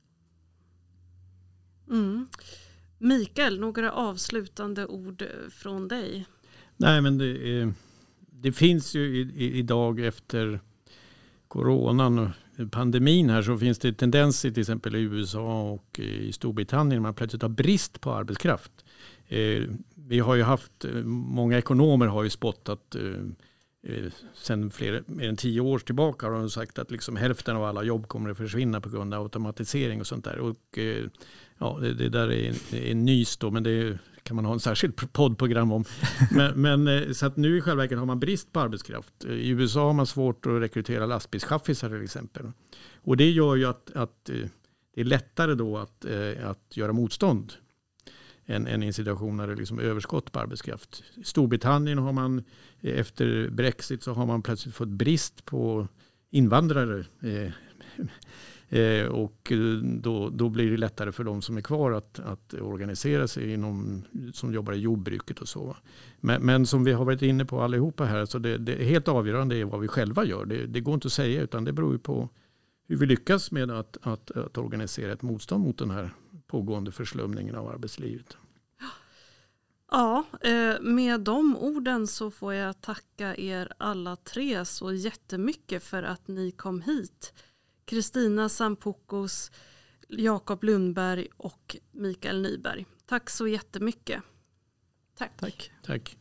Mikael, några avslutande ord från dig? Nej, men det finns ju idag efter coronan och pandemin här, så finns det tendenser till exempel i USA och i Storbritannien man plötsligt har brist på arbetskraft. Vi har ju haft, många ekonomer har ju spottat sen mer än 10 år tillbaka, har de sagt att liksom hälften av alla jobb kommer att försvinna på grund av automatisering och sånt där. Och det där är nys då, men det kan man ha en särskild poddprogram om. Men så att nu i själva verket har man brist på arbetskraft. I USA har man svårt att rekrytera lastbilschaffisar till exempel. Och det gör ju att det är lättare då att göra motstånd än i en situation när det är liksom överskott på arbetskraft. I Storbritannien har man efter Brexit så har man plötsligt fått brist på invandrare. Och då blir det lättare för de som är kvar att organisera sig som jobbar i jordbruket och så. Men som vi har varit inne på allihopa här, så det är helt avgörande är vad vi själva gör. Det går inte att säga, utan det beror ju på hur vi lyckas med att organisera ett motstånd mot den här pågående förslumningen av arbetslivet. Ja, med de orden så får jag tacka er alla tre så jättemycket för att ni kom hit. Kristina Sampokos, Jakob Lundberg och Mikael Nyberg. Tack så jättemycket. Tack.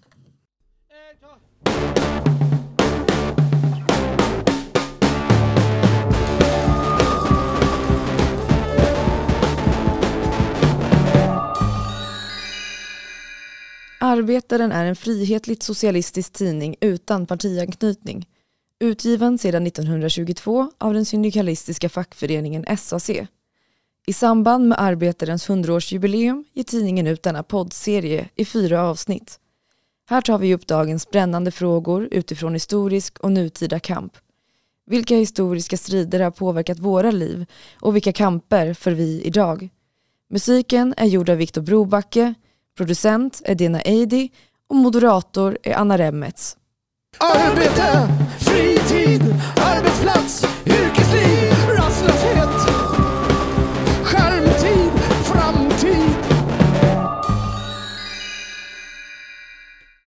Arbetaren är en frihetligt socialistisk tidning utan partianknytning. Utgiven sedan 1922 av den syndikalistiska fackföreningen SAC. I samband med Arbetarens 100-årsjubileum ger tidningen ut denna poddserie i 4 avsnitt. Här tar vi upp dagens brännande frågor utifrån historisk och nutida kamp. Vilka historiska strider har påverkat våra liv och vilka kamper för vi idag? Musiken är gjord av Viktor Brobacke, producent är Dena Eidi och moderator är Anna Remmets. Arbete, fritid,